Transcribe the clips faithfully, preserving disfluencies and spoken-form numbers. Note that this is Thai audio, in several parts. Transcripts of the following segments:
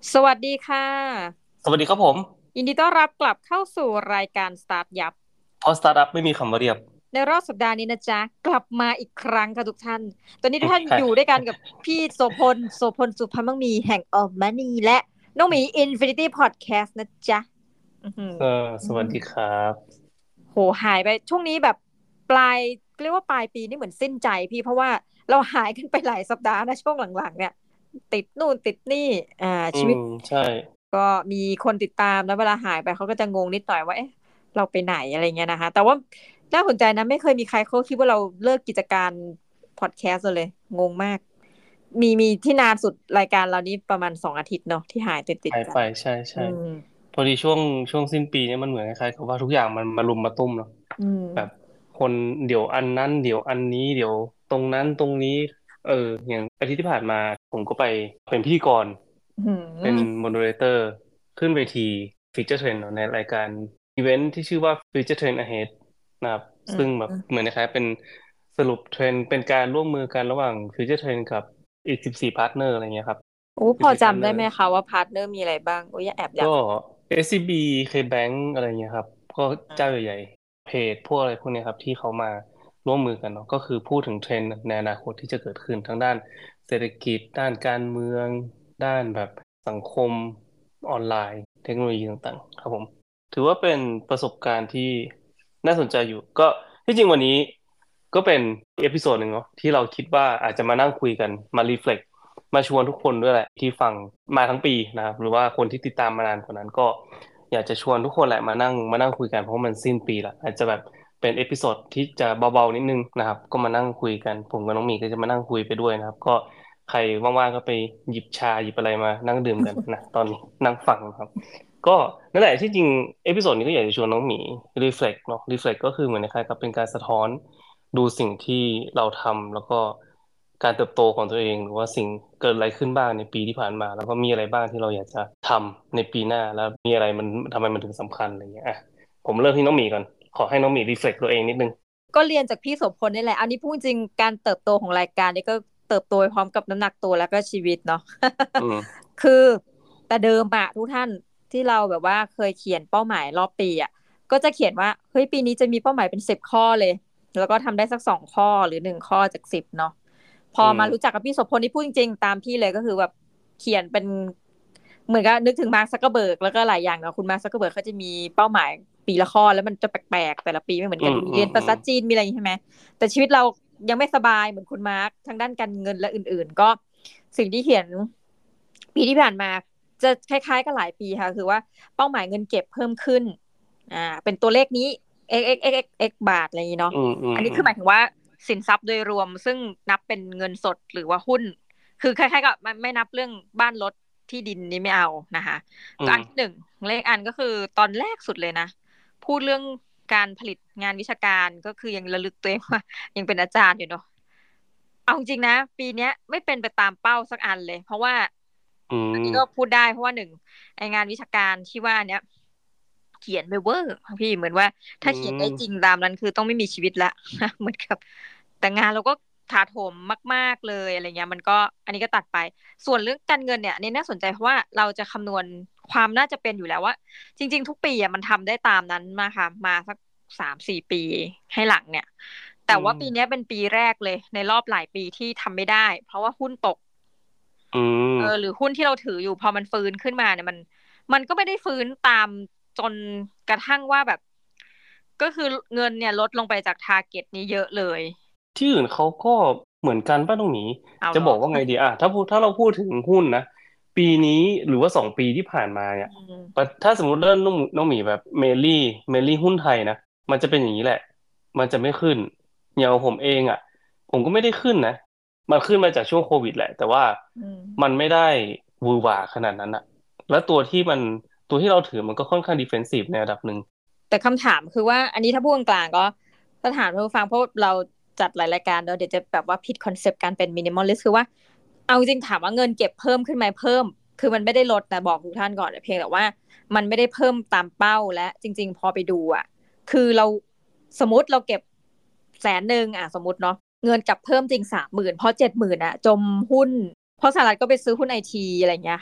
สวัสดีค่ะสวัสดีครับผมยินดีต้อนรับกลับเข้าสู่รายการสตาร์ทยับเพราะสตาร์ทอัพไม่มีคำว่าเรียบในรอบสัปดาห์นี้นะจ๊ะกลับมาอีกครั้งค่ะทุกท่านตอนนี้ทุกท่านใช่อยู่ด้วยกันกับพี่โสพลโสพลสุพรรณมังมีแห่งออมมานีและน้องหมีอินฟินิตี้พอดแคสต์นะจ๊ะอือหือเออสวัสดีครับโหหายไปช่วงนี้แบบปลายเรียกว่าปลายปีนี่เหมือนสิ้นใจพี่เพราะว่าเราหายกันไปหลายสัปดาห์นะช่วงหลังๆเนี่ยติดนู่นติดนี่อ่าอืมชีวิตใช่ก็มีคนติดตามแล้วเวลาหายไปเขาก็จะงงนิดหน่อยว่าเอ๊ะเราไปไหนอะไรเงี้ยนะคะแต่ว่าน่าสนใจนะไม่เคยมีใครเขาคิดว่าเราเลิกกิจการพอดแคสต์เลยงงมากมีมีที่นานสุดรายการเรานี้ประมาณสองอาทิตย์เนาะที่หายติดติดกันหายไปใช่อืใช่มพอดีช่วงช่วงสิ้นปีเนี่ยมันเหมือนคล้ายๆกับว่าทุกอย่างมันมารุมมาตุ้มเนาะอืแบบมคนเดี๋ยวอันนั้นเดี๋ยวอันนี้เดี๋ยวตรงนั้นตรงนี้เอออย่างอาทิตย์ที่ผ่านมาผมก็ไปเป็นพิธีกรอืเป็นมโมเดเลเตอร์ขึ้นเวทีฟีเจอร์เทรนในรายการอีเวนท์ที่ชื่อว่า Future Trend Ahead นะครับอืซึ่งแบบเหมมือนคล้ายๆเป็นสรุปเทรนด์เป็นการร่วมมือกันระหว่าง Future Trend กับอีกสิบสี่พาร์ทเนอร์อะไรเงี้ยครับโอ้พอสิบสี่พาร์ทเนจำได้อร์ไหมคะว่าพาร์ทเนอร์มีอะไรบ้างโอ้ยแอบอยากก็ เอส ซี บี K-Bank อะไรเงี้ยครับก็เจ้าใหญ่ๆเพจพวกอะไรพวกเนี้ยครับที่เขามาร่วมมือกันเนาะก็คือพูดถึงเทรนด์ในอนาคตที่จะเกิดขึ้นทั้งด้านเศรษฐกิจด้านการเมืองด้านแบบสังคมออนไลน์เทคโนโลยีต่างๆครับผมถือว่าเป็นประสบการณ์ที่น่าสนใจอยู่ก็ที่จริงวันนี้ก็เป็นเอพิโซดหนึ่งเนาะที่เราคิดว่าอาจจะมานั่งคุยกันมารีเฟล็ก มาชวนทุกคนด้วยแหละที่ฟังมาทั้งปีนะครับหรือว่าคนที่ติดตามมานานกว่านั้นก็อยากจะชวนทุกคนแหละมานั่งมานั่งคุยกันเพราะว่ามันสิ้นปีละอาจจะแบบเป็นเอพิโซดที่จะเบาๆนิดนึงนะครับก็มานั่งคุยกันผมกับน้องหมีก็จะมานั่งคุยไปด้วยนะครับก็ใครว่างๆก็ไปหยิบชาหยิบอะไรมานั่งดื่มกันนะตอนนี้นั่งฟังครับก็นั่นแหละที่จริงเอพิโซดนี้ก็อยากจะชวนน้องหมีรีเฟล็กเนาะรีเฟล็กก็คือเหมือนคล้ายๆกับเป็นการสะท้อน ดูสิ่งที่เราทำแล้วก็การเติบโตของตัวเองหรือว่าสิ่งเกิดอะไรขึ้นบ้างในปีที่ผ่านมาแล้วก็มีอะไรบ้างที่เราอยากจะทำในปีหน้าแล้วมีอะไรมันทำไมมันถึงสำคัญอะไรเงี้ยอ่ะผมเริ่มที่น้องหมีก่อนขอให้น้องหมีรีเฟล็กตัวเองนิดนึงก็เรียนจากพี่โสพลนี่แหละอันนี้พูดจริงการเติบโตของรายการนี่ก็เติบโตไปพร้อมกับน้ำหนักตัวแล้วก็ชีวิตเนาะอืมคือแต่เดิมอะทุกท่านที่เราแบบว่าเคยเขียนเป้าหมายรอบปีอะก็จะเขียนว่าเฮ้ยปีนี้จะมีเป้าหมายเป็นสิบข้อเลยแล้วก็ทำได้สักสองข้อหรือหนึ่งข้อจากสิบเนาะพออืมมารู้จักกับพี่โสพลนี่พูดจริงๆตามพี่เลยก็คือแบบเขียนเป็นเหมือนกับนึกถึงมาร์คซักเกอร์เบิร์กแล้วก็หลายอย่างเนาะคุณมาร์คซักเกอร์เบิร์กเขาจะมีเป้าหมายปีละข้อแล้วมันจะแปลกๆแต่ละปีไม่เหมือนอืมกันมีเรียนภาอืมอืมษาจีนมีอะไรอย่างนี้ใช่ไหมแต่ชีวิตเรายังไม่สบายเหมือนคุณมาร์คทางด้านการเงินและอื่นๆก็สิ่งที่เขียนปีที่ผ่านมาจะคล้ายๆกับหลายปีค่ะคือว่าเป้าหมายเงินเก็บเพิ่มขึ้นอ่าเป็นตัวเลขนี้ x x x x x บาทอะไรอย่างนี้เนาะอืมอืมอันนี้อืมคือหมายถึงว่าสินทรัพย์โดยรวมซึ่งนับเป็นเงินสดหรือว่าหุ้น คือคล้ายๆกับมันไม่นับเรื่องบ้านรถที่ดินนี้ไม่เอานะคะอืมก็อันที่หนึ่งเลขอันก็คือตอนแรกสุดเลยนะพูดเรื่องการผลิตงานวิชาการก็คือยังระลึกตัวเองว่ายังเป็นอาจารย์อยู่เนาะเอาจริงๆนะปีเนี้ยไม่เป็นไปตามเป้าสักอันเลยเพราะว่าอือันนี้ก็มพูดได้เพราะว่าหนึ่งไองานวิชาการที่ว่าเนี้ยเขียนไปเวอร์พี่เหมือนว่าอืถ้าเขียนได้จริงมตามนั้นคือต้องไม่มีชีวิตละเหมือนกับแต่งานเราก็ถาโถมมากๆเลยอะไรเงี้ยมันก็อันนี้ก็ตัดไปส่วนเรื่องการเงินเนี่ยอันนี้น่าสนใจเพราะว่าเราจะคำนวณความน่าจะเป็นอยู่แล้วว่าจริงๆทุกปีอ่ะมันทำได้ตามนั้นมาค่ะมาสักสามสี่ปีให้หลังเนี่ยอืแต่ว่าปีนี้มเป็นปีแรกเลยในรอบหลายปีที่ทำไม่ได้เพราะว่าหุ้นตกอืมเออหรือหุ้นที่เราถืออยู่พอมันฟื้นขึ้นมาเนี่ยมันมันก็ไม่ได้ฟื้นตามจนกระทั่งว่าแบบก็คือเงินเนี่ยลดลงไปจากทาร์เก็ตนี้เยอะเลยที่อื่นเขาก็เหมือนกันป้าตรงนี้เอาเหรอจะบอกว่าไงดีอ่ะถ้าพูดถ้าเราพูดถึงหุ้นนะปีนี้หรือว่าสองปีที่ผ่านมาเนี่ยอืมถ้าสมมติเริ่มน้องน้องหมีแบบเมลี่เมลี่หุ้นไทยนะมันจะเป็นอย่างนี้แหละมันจะไม่ขึ้นอย่างผมเองอ่ะผมก็ไม่ได้ขึ้นนะมันขึ้นมาจากช่วงโควิดแหละแต่ว่าอืมมันไม่ได้หวือหวาขนาดนั้นอ่ะแล้วตัวที่มันตัวที่เราถือมันก็ค่อนข้างดิเฟนซีฟในระดับหนึ่งแต่คำถามคือว่าอันนี้ถ้าพูดกลางๆก็ถ้าถามท่านผู้ฟังเพราะเราจัดหลายรายการเนอะเดี๋ยวจะแบบว่าผิดคอนเซปต์การเป็นมินิมอลลิสต์คือว่าเอาจริงๆถามว่าเงินเก็บเพิ่มขึ้นไหมเพิ่มคือมันไม่ได้ลดนะบอกทุกท่านก่อนเพียงแต่ว่ามันไม่ได้เพิ่มตามเป้าและจริงๆพอไปดูอ่ะคือเราสมมติเราเก็บแสนหนึ่งอ่ะสมมติเนาะเงินกลับเพิ่มจริงสามหมื่นเพราะเจ็ดหมื่นอ่ะจมหุ้นเพราะสหรัฐก็ไปซื้อหุ้นไอทีอะไรเงี้ยค่ะ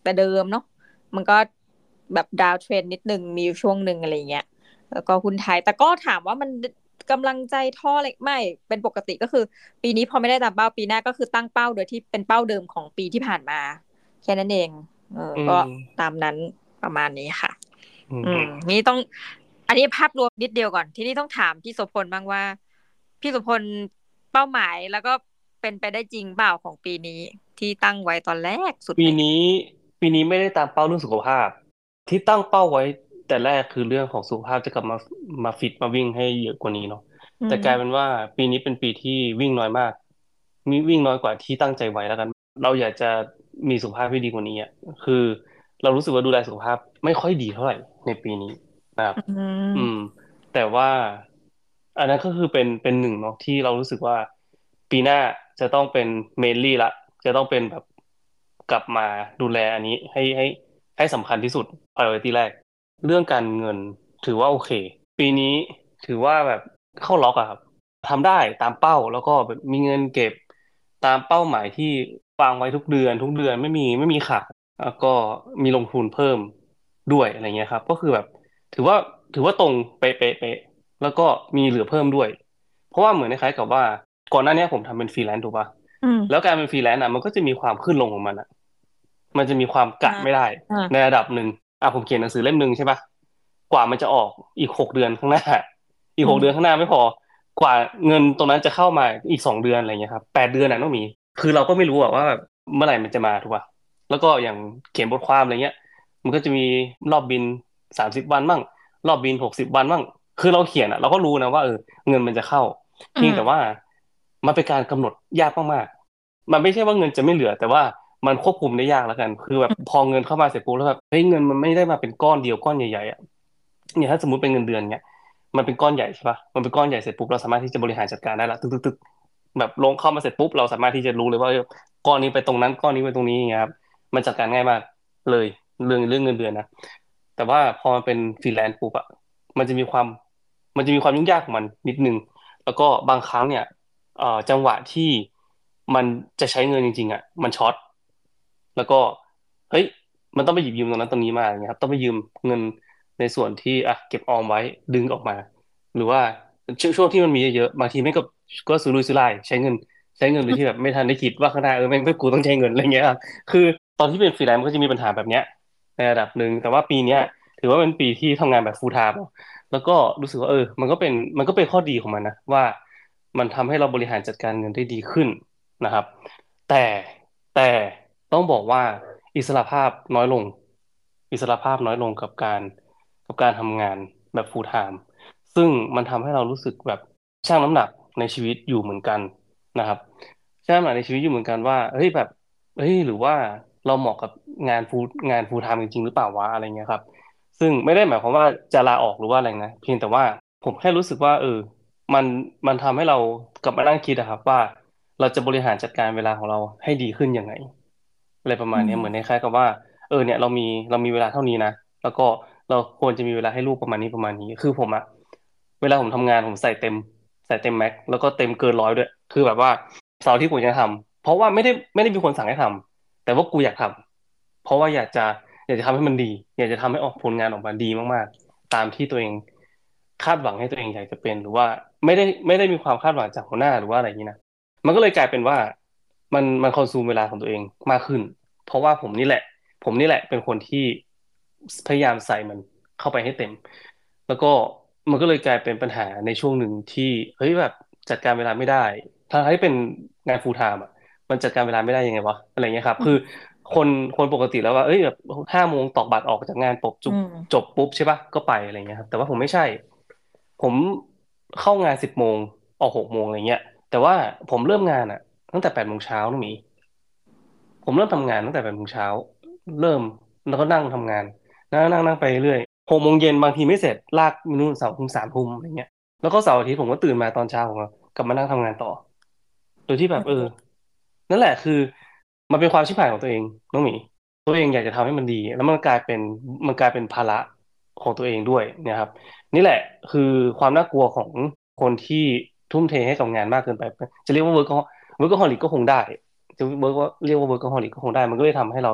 แต่เดิมเนาะมันก็แบบดาวเทรนนิดนึงมีช่วงหนึ่งอะไรเงี้ยแล้วก็หุ้นไทยแต่ก็ถามว่ามันกำลังใจท่ออะไรไม่เป็นปกติก็คือปีนี้พอไม่ได้ตามเป้าปีหน้าก็คือตั้งเป้าโดยที่เป็นเป้าเดิมของปีที่ผ่านมาแค่นั้นเองเอออืก็มตามนั้นประมาณนี้ค่ะอืมอืมนี่ต้องอันนี้ภาพรวมนิดเดียวก่อนที่นี่ต้องถามพี่โสพลบ้างว่าพี่โสพลเป้าหมายแล้วก็เป็นไปได้จริงเปล่าของปีนี้ที่ตั้งไว้ตอนแรกสุดเลยปีนี้ปีนี้ไม่ได้ตามเป้าเรื่องสุขภาพที่ตั้งเป้าไว้แต่แรกคือเรื่องของสุขภาพจะกลับมามาฟิตมาวิ่งให้เยอะกว่านี้เนาะแต่อืมกลายเป็นว่าปีนี้เป็นปีที่วิ่งน้อยมากมีวิ่งน้อยกว่าที่ตั้งใจไว้แล้วกันเราอยากจะมีสุขภาพที่ดีกว่านี้อ่ะคือเรารู้สึกว่าดูแลสุขภาพไม่ค่อยดีเท่าไหร่ในปีนี้นะครับอือืมมแต่ว่าอันนั้นก็คือเป็นเป็นหนึ่งเนาะที่เรารู้สึกว่าปีหน้าจะต้องเป็นเมนลี่ละจะต้องเป็นแบบกลับมาดูแลอันนี้ให้ให้ให้สำคัญที่สุด priority แรกเรื่องการเงินถือว่าโอเคปีนี้ถือว่าแบบเข้าล็อกอะครับทำได้ตามเป้าแล้วก็แบบมีเงินเก็บตามเป้าหมายที่วางไว้ทุกเดือนทุกเดือนไม่มีไม่มีขาดแล้วก็มีลงทุนเพิ่มด้วยอะไรเงี้ยครับก็คือแบบถือว่าถือว่าตรงเป๊ะเป๊ะเป๊ะ แล้วก็มีเหลือเพิ่มด้วย เพราะว่าเหมือนคล้ายๆกับว่าก่อนหน้านี้ผมทำเป็นฟรีแลนซ์ถูกป่ะอืมแล้วการเป็นฟรีแลนซ์อ่ะมันก็จะมีความขึ้นลงของมันอ่ะมันจะมีความอ่ากะไม่ได้อ่าในระดับหนึ่งอ่ะผมเขียนหนังสือเล่มหนึ่งใช่ป่ะกว่ามันจะออกอีกหกเดือนข้างหน้าอีกอืมหกเดือนข้างหน้าไม่พอกว่าเงินตรงนั้นจะเข้ามาอีกสองเดือนอะไรเงี้ยครับแปดเดือนอ่ะต้องมีคือเราก็ไม่รู้อะว่าแบบเมื่อไหร่มันจะมาถูกป่ะแล้วก็อย่างเขียนบทความอะไรเงี้ยมันก็จะมีรอบบินสามสิบวันบ้าง รอบบินหกสิบวันบ้างคือเราเขียนอ่ะเราก็รู้นะว่าเออเงินมันจะเข้าอืมเพียงแต่ว่ามันเป็นการกำหนดยากมากๆมันไม่ใช่ว่าเงินจะไม่เหลือแต่ว่ามันควบคุมได้ยากแล้วกันคือแบบพอเงินเข้ามาเสร็จปุ๊บแล้วแบบเฮ้ยเงินมันไม่ได้มาเป็นก้อนเดียวก้อนใหญ่ๆอ่ะเนี่ยถ้าสมมติเป็นเงินเดือนเนี้ยมันเป็นก้อนใหญ่ใช่ปะมันเป็นก้อนใหญ่เสร็จปุ๊บเราสามารถที่จะบริหารจัดการได้ละตึกตึกตึกแบบลงเข้ามาเสร็จปุ๊บเราสามารถที่จะรู้เลยว่าเออก้อนนี้ไปตรงนั้นก้อนนี้ไปตรงนี้อย่างเงี้ยครับมันจัดการง่ายมากเลยเรื่องเรื่องเงินเดือนนะแต่ว่าพอมันเป็นฟรีแลนซ์ปุ๊บอะ มันจะมีความมันจะมีความยุ่งยากของมันนิดนึงแล้วก็บางครั้งเนี่ยเอ่อจังหวะที่มันจะใช้เงินจริงๆอ่ะมันช็อตแล้วก็เฮ้ยมันต้องไปหยิบยืมตรงนั้นตรงนี้มาอย่างเงี้ยครับต้องไปยืมเงินในส่วนที่อ่ะเก็บออมไว้ดึงออกมาหรือว่าช่วงช่วงที่มันมีเยอะๆบางทีไม่ก็ก็สุรุ่ยสุร่ายใช้เงินใช้เงินโดยที่แบบไม่ทันได้คิดว่าข้างหน้าเออแม่งไม่กูต้องใช้เงินอะไรเงี้ยครับคือตอนที่เป็นฟรีแลนซ์มันก็จะมีปัญหาแบบเนี้ยในระดับหนึ่งแต่ว่าปีเนี้ยถือว่าเป็นปีที่ทำงานแบบ full time แล้วก็รู้สึกว่าเออมันก็เป็นมันก็เป็นข้อดีของมันนะว่ามันทำให้เราบริหารจัดการเงินได้ดีขึ้นนะครับแต่แต่ต้องบอกว่าอิสรภาพน้อยลงอิสรภาพน้อยลงกับการกับการทำงานแบบ full time ซึ่งมันทำให้เรารู้สึกแบบชั่งน้ำหนักในชีวิตอยู่เหมือนกันนะครับชั่งน้ำหนักในชีวิตอยู่เหมือนกันว่าเฮ้ยแบบเฮ้ยหรือว่าเราเหมาะกับงานฟูงาน full time จริงๆหรือเปล่าวะอะไรเงี้ยครับ ซึ่งไม่ได้หมายความว่าจะลาออกหรือว่าอะไรนะเพียงแต่ว่าผมแค่รู้สึกว่าเออมันมันทำให้เรากลับมานั่งคิดอะครับว่าเราจะบริหารจัดการเวลาของเราให้ดีขึ้นยังไงอะไรประมาอืณเนี้ยเหมือนคมล้ายๆกับว่าเออเนี่ยเรามีเรามีเวลาเท่านี้นะแล้วก็เราควรจะมีเวลาให้ลูกประมาณนี้ประมาณนี้คือผมอะเวลาผมทำงานผมใส่เต็มใส่เต็มแม็กแล้วก็เต็มเกินร้อยด้วยคือแบบว่าเสาร์ที่ผมจะทำเพราะว่าไม่ได้ไม่ได้มีคนสั่งให้ทำแต่ว่ากูอยากทำเพราะว่าอยากจะ อยากจะทำให้มันดีอยากจะทำให้ออกผลงานออกมาดีมากๆตามที่ตัวเองคาดหวังให้ตัวเองอยากจะเป็นหรือว่าไม่ได้ไม่ได้มีความคาดหวังจากหัวหน้าหรือว่าอะไรอย่างนี้นะมันก็เลยกลายเป็นว่ามันมันคอนซูมเวลาของตัวเองมากขึ้นเพราะว่าผมนี่แหละผมนี่แหละเป็นคนที่พยายามใส่มันเข้าไปให้เต็มแล้วก็มันก็เลยกลายเป็นปัญหาในช่วงหนึ่งที่เฮ้ยแบบจัดการเวลาไม่ได้ทั้งที่เป็นงาน full time อ่ะ มันจัดการเวลาไม่ได้ยังไงวะอะไรเงี้ยครับคือคนคนปกติแล้วว่าเอ้ยแบบห้าโมงตอกบัตรออกจากงานปุ๊บจุบอืมจบปุ๊บใช่ปะก็ไปอะไรเงี้ยครับแต่ว่าผมไม่ใช่ผมเข้างานสิบโมงออกหกโมงอะไรเงี้ยแต่ว่าผมเริ่มงานอ่ะตั้งแต่แปดโมงเช้านุ้มีผมเริ่มทำงานตั้งแต่แปดโมงเช้าเริ่มแล้วก็นั่งทำงานนั่งนั่งนั่งไปเรื่อยหกโมงเย็นบางทีไม่เสร็จลากมนู่นเสาร์ทุ่มสามทุ่มอะไรเงี้ยแล้วก็เสาร์อาทิตย์ผมก็ตื่นมาตอนเช้าผมก็กลับมานั่งทำงานต่อโดยที่แบบเออ นั่นแหละคือมันเป็นความชิบหายของตัวเองน้องหมีตัวเองอยากจะทำให้มันดีแล้วมันกลายเป็นมันกลายเป็นภาระของตัวเองด้วยเนะครับนี่แหละคือความน่ากลัวของคนที่ทุ่มเทให้กับงานมากเกินไปจะเรียกว่าเวิร์กเวิร์กฮอลิกก็คงได้จะเวิร์กว่าเรียกว่าเวิร์กฮอลิกก็คงได้มันก็เลยทำให้เรา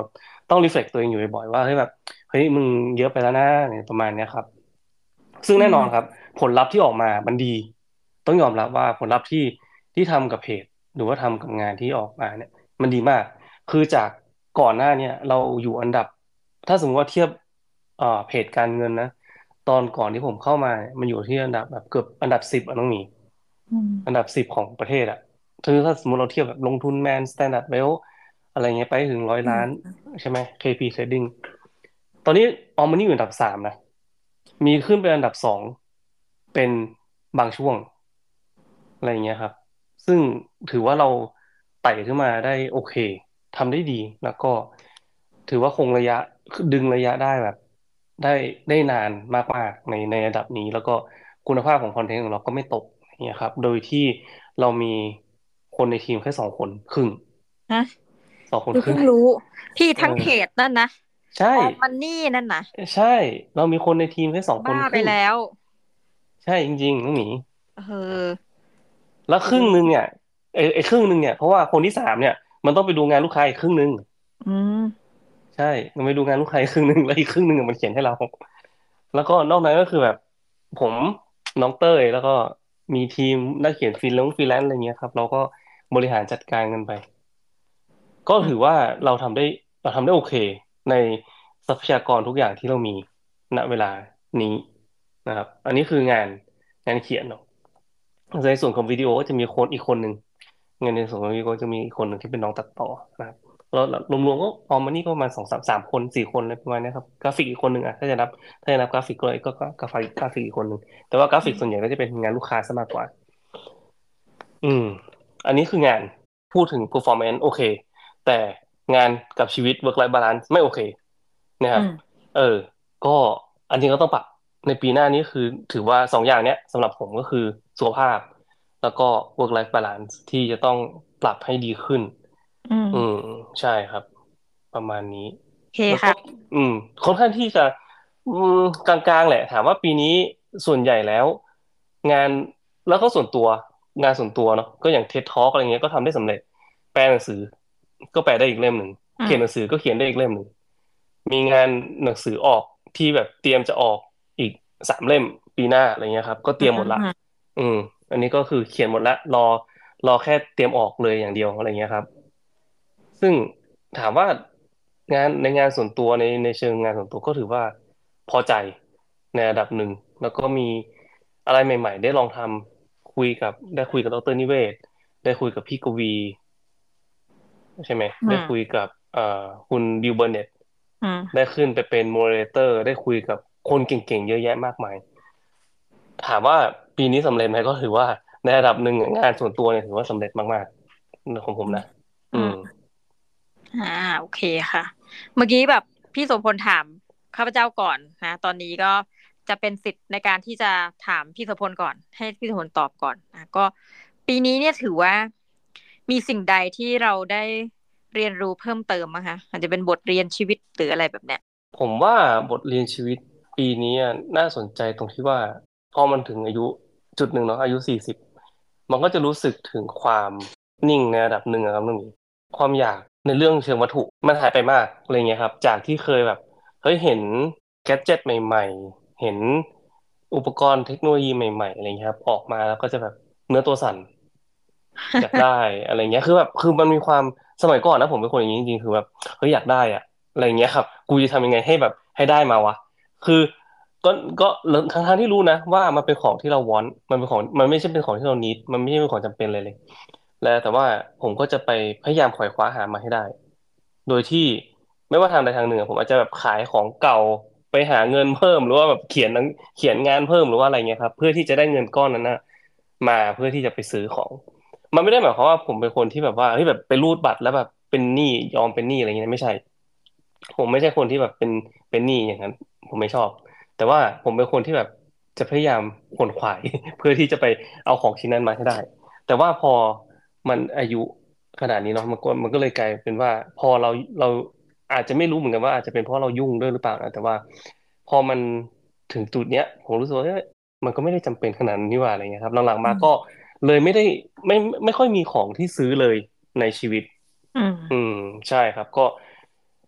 ต้องรีเฟล็กตัวเองอยู่บ่อยๆว่าเฮ้ยแบบเฮ้ยมึงเยอะไปแล้วนะเนี่ยประมาณเนี้ยครับซึ่งอืแน่นอนครับมผลลัพธ์ที่ออกมามันดีต้องยอมรับว่าผลลัพธ์ที่ที่ทำกับเพจหรือว่าทำกับงานที่ออกมาเนี่ยมันดีมากคือจากก่อนหน้าเนี่ยเราอยู่อันดับถ้าสมมติว่าเทียบเอ่อเพจการเงินนะตอนก่อนที่ผมเข้ามาเนี่ยมันอยู่ที่อันดับแบบเกือบอันดับสิบอะน้องหมีอืมอันดับสิบของประเทศอะคือถ้าสมมติเราเทียบแบบลงทุนแมนสแตนดาร์ดเวลอะไรเงี้ยไปถึงร้อยล้านอืมใช่ไหม เค พี Trading ตอนนี้ออมมันนี่อยู่อันดับสามนะมีขึ้นเป็นอันดับสองเป็นบางช่วงอะไรอย่างเงี้ยครับซึ่งถือว่าเราไต่ขึ้นมาได้โอเคทำได้ดีแล้วก็ถือว่าคงระยะดึงระยะได้แบบได้ได้นานมากๆในในระดับนี้แล้วก็คุณภาพของคอนเทนต์ของเราก็ไม่ตกอย่างเงี้ยครับโดยที่เรามีคนในทีมแค่สองคนครึ่งฮะสองคนครึ่งคือเพิ่งรู้พี่เอทั้งเพจอนั่นนะใช่ออมมันนี่นั่นนะใช่เรามีคนในทีมแค่สองคนบ้าครึ่งไปแล้วใช่จริงๆน้องหมีเออแล้วครึ่งหนึ่งโอ้เนี่ยไอ้ไอ้ครึ่งหนึ่งเนี่ยเพราะว่าคนที่สามเนี่ยมันต้องไปดูงานลูกค้าอีกครึ่งหนึ่งอืมใช่มันไปดูงานลูกค้าอีกครึ่งหนึ่งแล้วอีกครึ่งหนึ่งอะมันเขียนให้เราแล้วก็นอกนั้นก็คือแบบผมน้องเต้ยแล้วก็มีทีมนักเขียนฟรีแลนซ์ฟรีแลนซ์อะไรเงี้ยครับเราก็บริหารจัดการกันไปก็อืมถือว่าเราทำได้เราทำได้โอเคในทรัพยากรทุกอย่างที่เรามีณเวลานี้นะครับอันนี้คืองานงานเขียนเนาะ ในส่วนของวิดีโอก็จะมีคนอีกคนหนึ่งงานในส่วนของวิดีโอจะมีอีกคนหนึ่งที่เป็นน้องตัดต่อนะครับแล้วรวมๆก็ออมมานี่ก็ประมาณสองสามสามคนสี่คนเลยประมาณเนี้ยครับกราฟิกอีกคนหนึ่งอ่ะถ้าจะนับถ้าจะนับกราฟิกเลยก็ก็กราฟิกกราฟิกอีกคนหนึ่งแต่ว่ากราฟิกส่วนใหญ่ก็จะเป็นงานลูกค้าซะมากกว่าอืมอันนี้คืองานพูดถึง performance โอเคแต่งานกับชีวิต work life balance ไม่โอเคนะครับอืมเออก็อันจริงก็ต้องปรับในปีหน้านี้คือถือว่าสองอย่างเนี้ยสำหรับผมก็คือสุขภาพ แล้วก็ work life balance ที่จะต้องปรับให้ดีขึ้นอืมอืมใช่ครับประมาณนี้โอเคแล้วก็ค่ะอืมค่อนข้างที่จะอืมกลางๆแหละถามว่าปีนี้ส่วนใหญ่แล้วงานแล้วก็ส่วนตัวงานส่วนตัวเนาะก็อย่าง TED Talk อะไรเงี้ยก็ทำได้สำเร็จแปลหนังสือก็แปลได้อีกเล่มหนึ่งอืมเขียนหนังสือก็เขียนได้อีกเล่มหนึ่งมีงานหนังสือออกที่แบบเตรียมจะออกอีกสามเล่มปีหน้าอะไรเงี้ยครับก็เตอืรียมหมดละมอืม อันนี้ก็คือเขียนหมดแล้วรอรอแค่เตรียมออกเลยอย่างเดียวอะไรเงี้ยครับซึ่งถามว่างานในงานส่วนตัวในในเชิงงานส่วนตัวก็ถือว่าพอใจในระดับหนึ่งแล้วก็มีอะไรใหม่ๆได้ลองทำคุยกับได้คุยกับดรนิเวศน์ได้คุยกับพี่กวีใช่ไหมได้คุยอืมกับเอ่อคุณบิวเบอร์เน็ตอืมได้ขึ้นไปเป็นโมเดเลเตอร์ได้คุยกับคนเก่งๆเยอะแยะมากมาย ถามว่าปีนี้สำเร็จไหมก็ถือว่าในระดับหนึ่งงานส่วนตัวเนี่ยถือว่าสำเร็จมากๆของผมนะอืมอืม อ่าโอเคค่ะเมื่อกี้แบบพี่โสพลถามข้าพเจ้าก่อนนะตอนนี้ก็จะเป็นสิทธิ์ในการที่จะถามพี่โสพลก่อนให้พี่โสพลตอบก่อนนะก็ปีนี้เนี่ยถือว่ามีสิ่งใดที่เราได้เรียนรู้เพิ่มเติมมั้งคะอาจจะเป็นบทเรียนชีวิตหรืออะไรแบบเนี้ยผมว่าบทเรียนชีวิตปีนี้อะน่าสนใจตรงที่ว่าพอมันถึงอายุจุดหนึ่งเนาะอายุสี่สิบมันก็จะรู้สึกถึงความนิ่งในระดับหนึ่งอะครับนึงความอยากในเรื่องเชิงวัตถุมันหายไปมากอะไรเงี้ยครับจากที่เคยแบบเฮ้ยเห็นแกดเจ็ตใหม่ๆเห็นอุปกรณ์เทคโนโลยีใหม่ๆอะไรเงี้ยครับออกมาแล้วก็จะแบบเนื้อตัวสั่น อยากได้อะไรเงี้ยคือแบบคือมันมีความสมัยก่อนนะผมเป็นคนอย่างนี้จริงๆคือแบบเฮ้ยอยากได้อะอะไรเงี้ยครับกูจะทำยังไงให้แบบให้ได้มาวะคือก็ก็ทั้งทั้งที่รู้นะว่ามันเป็นของที่เราวอนมันเป็นของมันไม่ใช่เป็นของที่เรานิดมันไม่ใช่เป็นของจำเป็นเลยเลยแล้วแต่ว่าผมก็จะไปพยายามขวายคว้าหามาให้ได้โดยที่ไม่ว่าทางใดทางหนึ่งอะผมอาจจะแบบขายของเก่าไปหาเงินเพิ่มหรือว่าแบบเขียนหนังเขียนงานเพิ่มหรือว่าอะไรเงี้ยครับเพื่อที่จะได้เงินก้อนนั้นนะมาเพื่อที่จะไปซื้อของ มันไม่ได้หมายความว่าผมเป็นคนที่แบบว่าเฮ้ยแบบไปรูดบัตรแล้วแบบเป็นหนี้ยอมเป็นหนี้อะไรเงี้ยไม่ใช่ผมไม่ใช่คนที่แบบเป็นเป็นหนี้อย่างนั้นผมไม่ชอบแต่ว่าผมเป็นคนที่แบบจะพยายามขวนขวายเพื่อที่จะไปเอาของชิ้นนั้นมาให้ได้แต่ว่าพอมันอายุขนาดนี้เนาะมันก็มันก็เลยกลายเป็นว่าพอเราเราอาจจะไม่รู้เหมือนกันว่าอาจจะเป็นเพราะเรายุ่งด้วยหรือเปล่านะแต่ว่าพอมันถึงจุดเนี้ยผมรู้สึกว่าเอ้ยมันก็ไม่ได้จำเป็นขนาดนั้นนี่หว่าอะไรเงี้ยครับหลังๆมาก็อืมเลยไม่ได้ไม่ไม่ค่อยมีของที่ซื้อเลยในชีวิตอืมอืมใช่ครับก็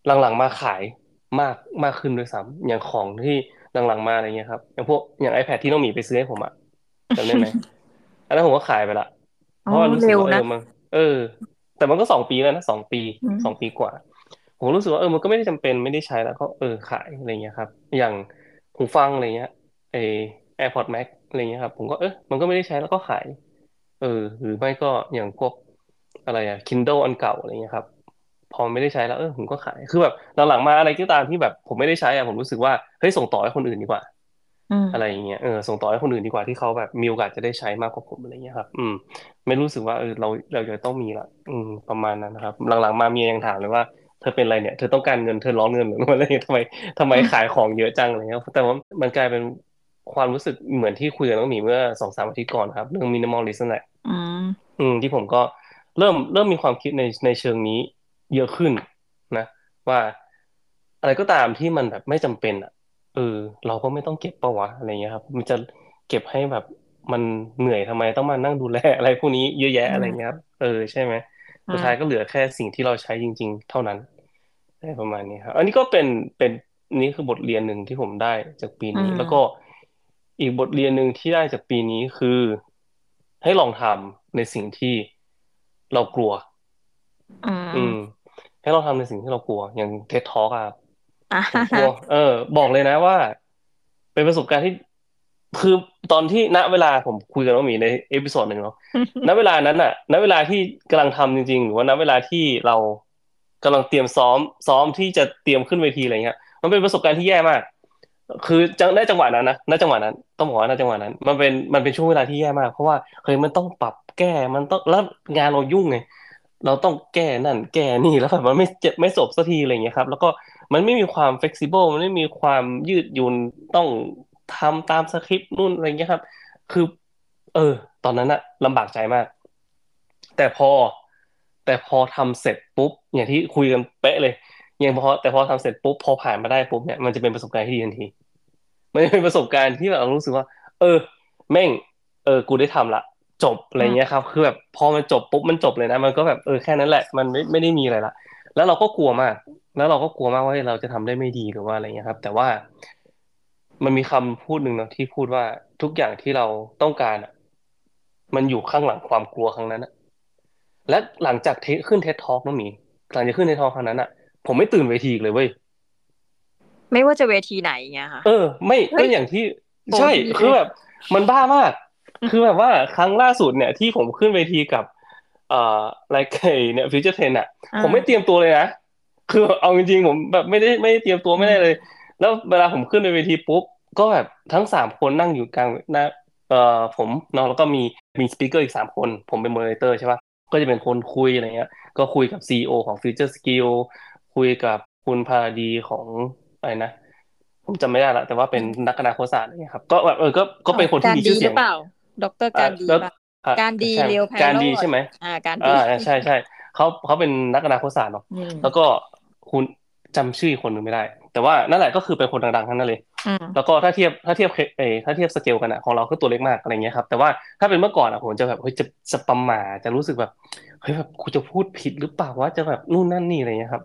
หลังๆมาขายมากมากขึ้นด้วยซ้ำอย่างของที่หลังๆมาอะไรเงี้ยครับอย่างพวกอย่าง iPad ที่น้องหมีไปซื้อให้ผมอะจำได้ไหม อันนั้นผมก็ขายไปละเพอ๋อราะว่ารู้สึกเร็วนะว่าเออมันเออแต่มันก็สองปีแล้วนะสองปีอืมสองปีกว่าผมรู้สึกว่าเออมันก็ไม่ได้จำเป็นไม่ได้ใช้แล้วก็เออขายอะไรเงี้ยครับอย่างหูฟังอะไรเงี้ยไอ AirPods Max อะไรเงี้ยครับผมก็เออมันก็ไม่ได้ใช้แล้วก็ขายเออหรือไม่ก็อย่างพวกอะไรอะ Kindle อันเก่าอะไรเงี้ยครับพอไม่ได้ใช้แล้วเออผมก็ขายคือแบบหลังๆมาอะไรก็ตามที่แบบผมไม่ได้ใช้อะผมรู้สึกว่าเฮ้ยส่งต่อให้คนอื่นดีกว่าอืมอะไรอย่างเงี้ยเออส่งต่อให้คนอื่นดีกว่าที่เขาแบบมีโอกาสจะได้ใช้มากกว่าผมอะไรเงี้ยครับอืมไม่รู้สึกว่าเออเราเราจะต้องมีละอืมประมาณนั้นนะครับหลังๆมาเมียยังถามเลยว่าเธอเป็นอะไรเนี่ยเธอต้องการเงินเธอร้อนเงินหรืออะไรเงี้ยทำไมทำไมอืขายมของเยอะจังอะไรเงี้ยแต่ว่ามันกลายเป็นความรู้สึกเหมือนที่คุยกับน้องหมีเมื่อสองสามอาทิตย์ก่อนครับเรื่องมินิมอลลิสต์นั่นแหละอืมอืมที่ผมก็เริ่มเริ่มมีความคิดในในเชิงนี้เยอะขึ้นนะว่าอะไรก็ตามที่มันแบบไม่จำเป็นอ่ะเออเราก็ไม่ต้องเก็บปะวะอะไรเงี้ยครับมันจะเก็บให้แบบมันเหนื่อยทำไมต้องมานั่งดูแลอะไรพวกนี้เยอะแยะอือะไรเงี้ยคมรับเออใช่ไหมสุดท้ายก็อืมเหลือแค่สิ่งที่เราใช้จริงๆเท่านั้นอะไรประมาณนี้ครับอันนี้ก็เป็นเป็นนี่คือบทเรียนหนึ่งที่ผมได้จากปีอืนี้แล้วก็มอีกบทเรียนหนึ่งที่ได้จากปีนี้คือให้ลองทำในสิ่งที่เรากลัวอือืมมให้เราทำในสิ่งที่เรากลัวอย่างเท็ดทอ k อะอ่าผมกลัวฮะเออบอกเลยนะว่าเป็นประสบการณ์ที่คือตอนที่ณเวลาผมคุยกับน้องหมีในเอพิโซดหนึ่งเนาะณเวลานั้นน่ะณเวลาที่กำลังทำจริงๆหรือว่าณเวลาที่เรากำลังเตรียมซ้อมซ้อมที่จะเตรียมขึ้นเวทีอะไรเงี้ยมันเป็นประสบการณ์ที่แย่มากคือจังได้จังหวะนั้นนะณจังหวะนั้นต้องบอกว่าณจังหวะนั้นมันเป็นมันเป็นช่วงเวลาที่แย่มากเพราะว่าเฮ้ยมันต้องปรับแก้มันต้องแล้วงานเรายุ่งไง เราต้องแก้นั่นแก้นี่แล้วแบบมันไม่เจ็บไม่จบสักทีอะไรอย่างเงี้ยครับแล้วก็มันไม่มีความเฟ e ซิเบิลมันไม่มีความยืดหยุ่นต้องทำตามสคริปต์นู่นอะไรเงี้ยครับคือเออตอนนั้นอะลำบากใจมากแต่พอแต่พอทำเสร็จปุ๊บอย่างที่คุยกันเป๊ะเลยอย่างพอแต่พอทำเสร็จปุ๊บพอผ่านมาได้ปุ๊บเนี่ยมันจะเป็นประสบการณ์ที่ดีทันทีมันจะเป็นประสบการณ์ที่แบบเรารู้สึกว่าเออแม่งเออกูได้ทำละ จบอะไรอืมเงี้ยครับคือแบบพอมันจบปุ๊บมันจบเลยนะมันก็แบบเออแค่นั้นแหละมันไม่ไม่ได้มีอะไรละแล้วเราก็กลัวมากแล้วเราก็กลัวมากว่าเฮ้ยเราจะทำได้ไม่ดีหรือว่าอะไรเงี้ยครับแต่ว่ามันมีคำพูดหนึ่งเนาะที่พูดว่าทุกอย่างที่เราต้องการอ่ะมันอยู่ข้างหลังความกลัวครั้งนั้นอะและหลังจากเทขึ้นเท็ดทอล์กน้องหมีหลังจากขึ้นเท็ดทอล์กครั้งนั้นอ่ะผมไม่ตื่นเวทีอีกเลยเว้ยไม่ว่าจะเวทีไหนเงี้ยค่ะเออไม่เฮ้ยก็อย่างที่โหใช่ดีเลยคือแบบมันบ้ามากคือแบบว่าครั้งล่าสุดเนี่ยที่ผมขึ้นเวทีกับเอ่อรายการเนี่ยฟิวเจอร์เทนอ่ะอ่ผมไม่เตรียมาตัวเลยนะคือเอาจริงๆผมแบบไม่ได้ไม่ได้เตรียมตัวอืไม่ได้เลยมแล้วเวลาผมขึ้นในเวทีปุ๊บก็แบบทั้งสามคนนั่งอยู่กลางหน้าเอ่อผมเนาะแล้วก็มีมีสปีกเกอร์อีกสามคนผมเป็นโมเดเลเตอร์ใช่ปะก็จะเป็นคนคุยอะไรเงี้ยก็คุยกับซีอีโอของ Future Skill คุยกับคุณพาดีของอะไรนะ ผมจำไม่ได้ละแต่ว่าเป็นนักอนาคตศาสตร์อะไรเงี้ยครับก็แบบเออก็ก็อ๋อเป็นคนที่การมีชื่อเสียงดีหรือเปล่าด็อกเตอร์อ่าการดีแล้วป่ะอ่าการดีใช่เลียวไพการโรดดีใช่ไหมอ่าการอ่าดีใช่ใช่เขาเขาเป็นนักอนาคตศาสตร์เนาะอืแล้วก็มคุณจำชื่ออีกคนหนึ่งไม่ได้แต่ว่านั่นแหละก็คือเป็นคนดังๆทั้งนั้นเลยอืแล้วมก็ถ้าเทียบถ้าเทียบเออถ้าเทียบสเกลกันอะของเราคือตัวเล็กมากอะไรเงี้ยครับแต่ว่าถ้าเป็นเมื่อก่อนอะผมจะแบบเฮ้ยจะจะประหม่าจะรู้สึกแบบเฮ้ยแบบกูจะพูดผิดหรือเปล่าวะจะแบบนู่นนั่นนี่อะไรเงี้ยครับ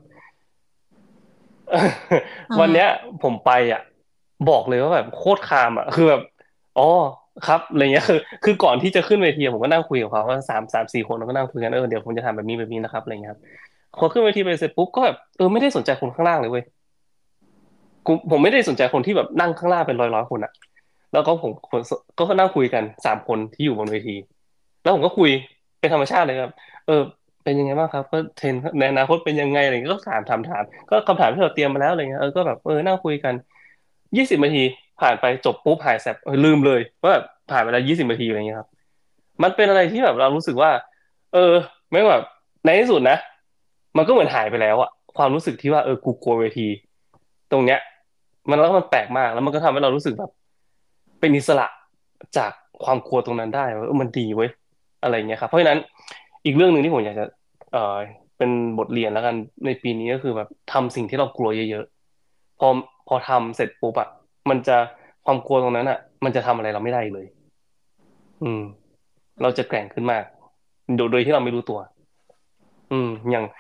อืวันเนี้ยมผมไปอ่ะบอกเลยว่าแบบโคตรคามอ่ะคือแบบอ๋อครับอะไรเงี้ยคือคือก่อนที่จะขึ้นเวทีผมก็นั่งคุยกับเขาว่าสามสามสี่คนเราก็นั่งคุยกันเออเดี๋ยวผมจะทำแบบนี้แบบนี้นะครับอะไรเงี้ยครับพอขึ้นเวทีไปเสร็จปุ๊บก็แบบเออไม่ได้สนใจคนข้างล่างเลยเว้ยกูผมไม่ได้สนใจคนที่แบบนั่งข้างล่างเป็นร้อยร้อยคนอ่ะแล้วก็ผมผมก็นั่งคุยกันสามคนที่อยู่บนเวทีแล้วผมก็คุยเป็นธรรมชาติเลยครับเออเป็นยังไงบ้างครับก็เทรนด์ในอนาคตเป็นยังไงอะไรเงี้ยก็ถามถามถาม ก็คำถามที่เราเตรียมมาแล้วอะไรเงี้ยเออก็แบบเออนั่งคุยกันยี่สิบนาทีผ่านไปจบปุ๊บหายแสบเออลืมเลยว่าแบบผ่านไปแล้วยี่สิบนาทีอะไรเงี้ยครับมันเป็นอะไรที่แบบเรารู้สึกว่าเออไม่งแบบในที่สุดนะมันก็เหมือนหายไปแล้วอะความรู้สึกที่ว่าเออกูกลัวเวทีตรงเนี้ยมันแล้วมันแปลกมากแล้วมันก็ทำให้เรารู้สึกแบบเป็นอิสระจากความกลัวตรงนั้นได้ว่าเออมันดีเว้ยอะไรเงี้ยครับเพราะฉะนั้นอีกเรื่องหนึ่งที่ผมอยากจะ เอ่อเป็นบทเรียนแล้วกันในปีนี้ก็คือแบบทำสิ่งที่เรากลัวเยอะๆพอพอทำเสร็จปุ๊บอะมันจะความกลัวตรงนั้นอะมันจะทำอะไรเราไม่ได้เลยอืมเราจะแกร่งขึ้นมากโดยโดยที่เราไม่รู้ตัวอืมอย่าง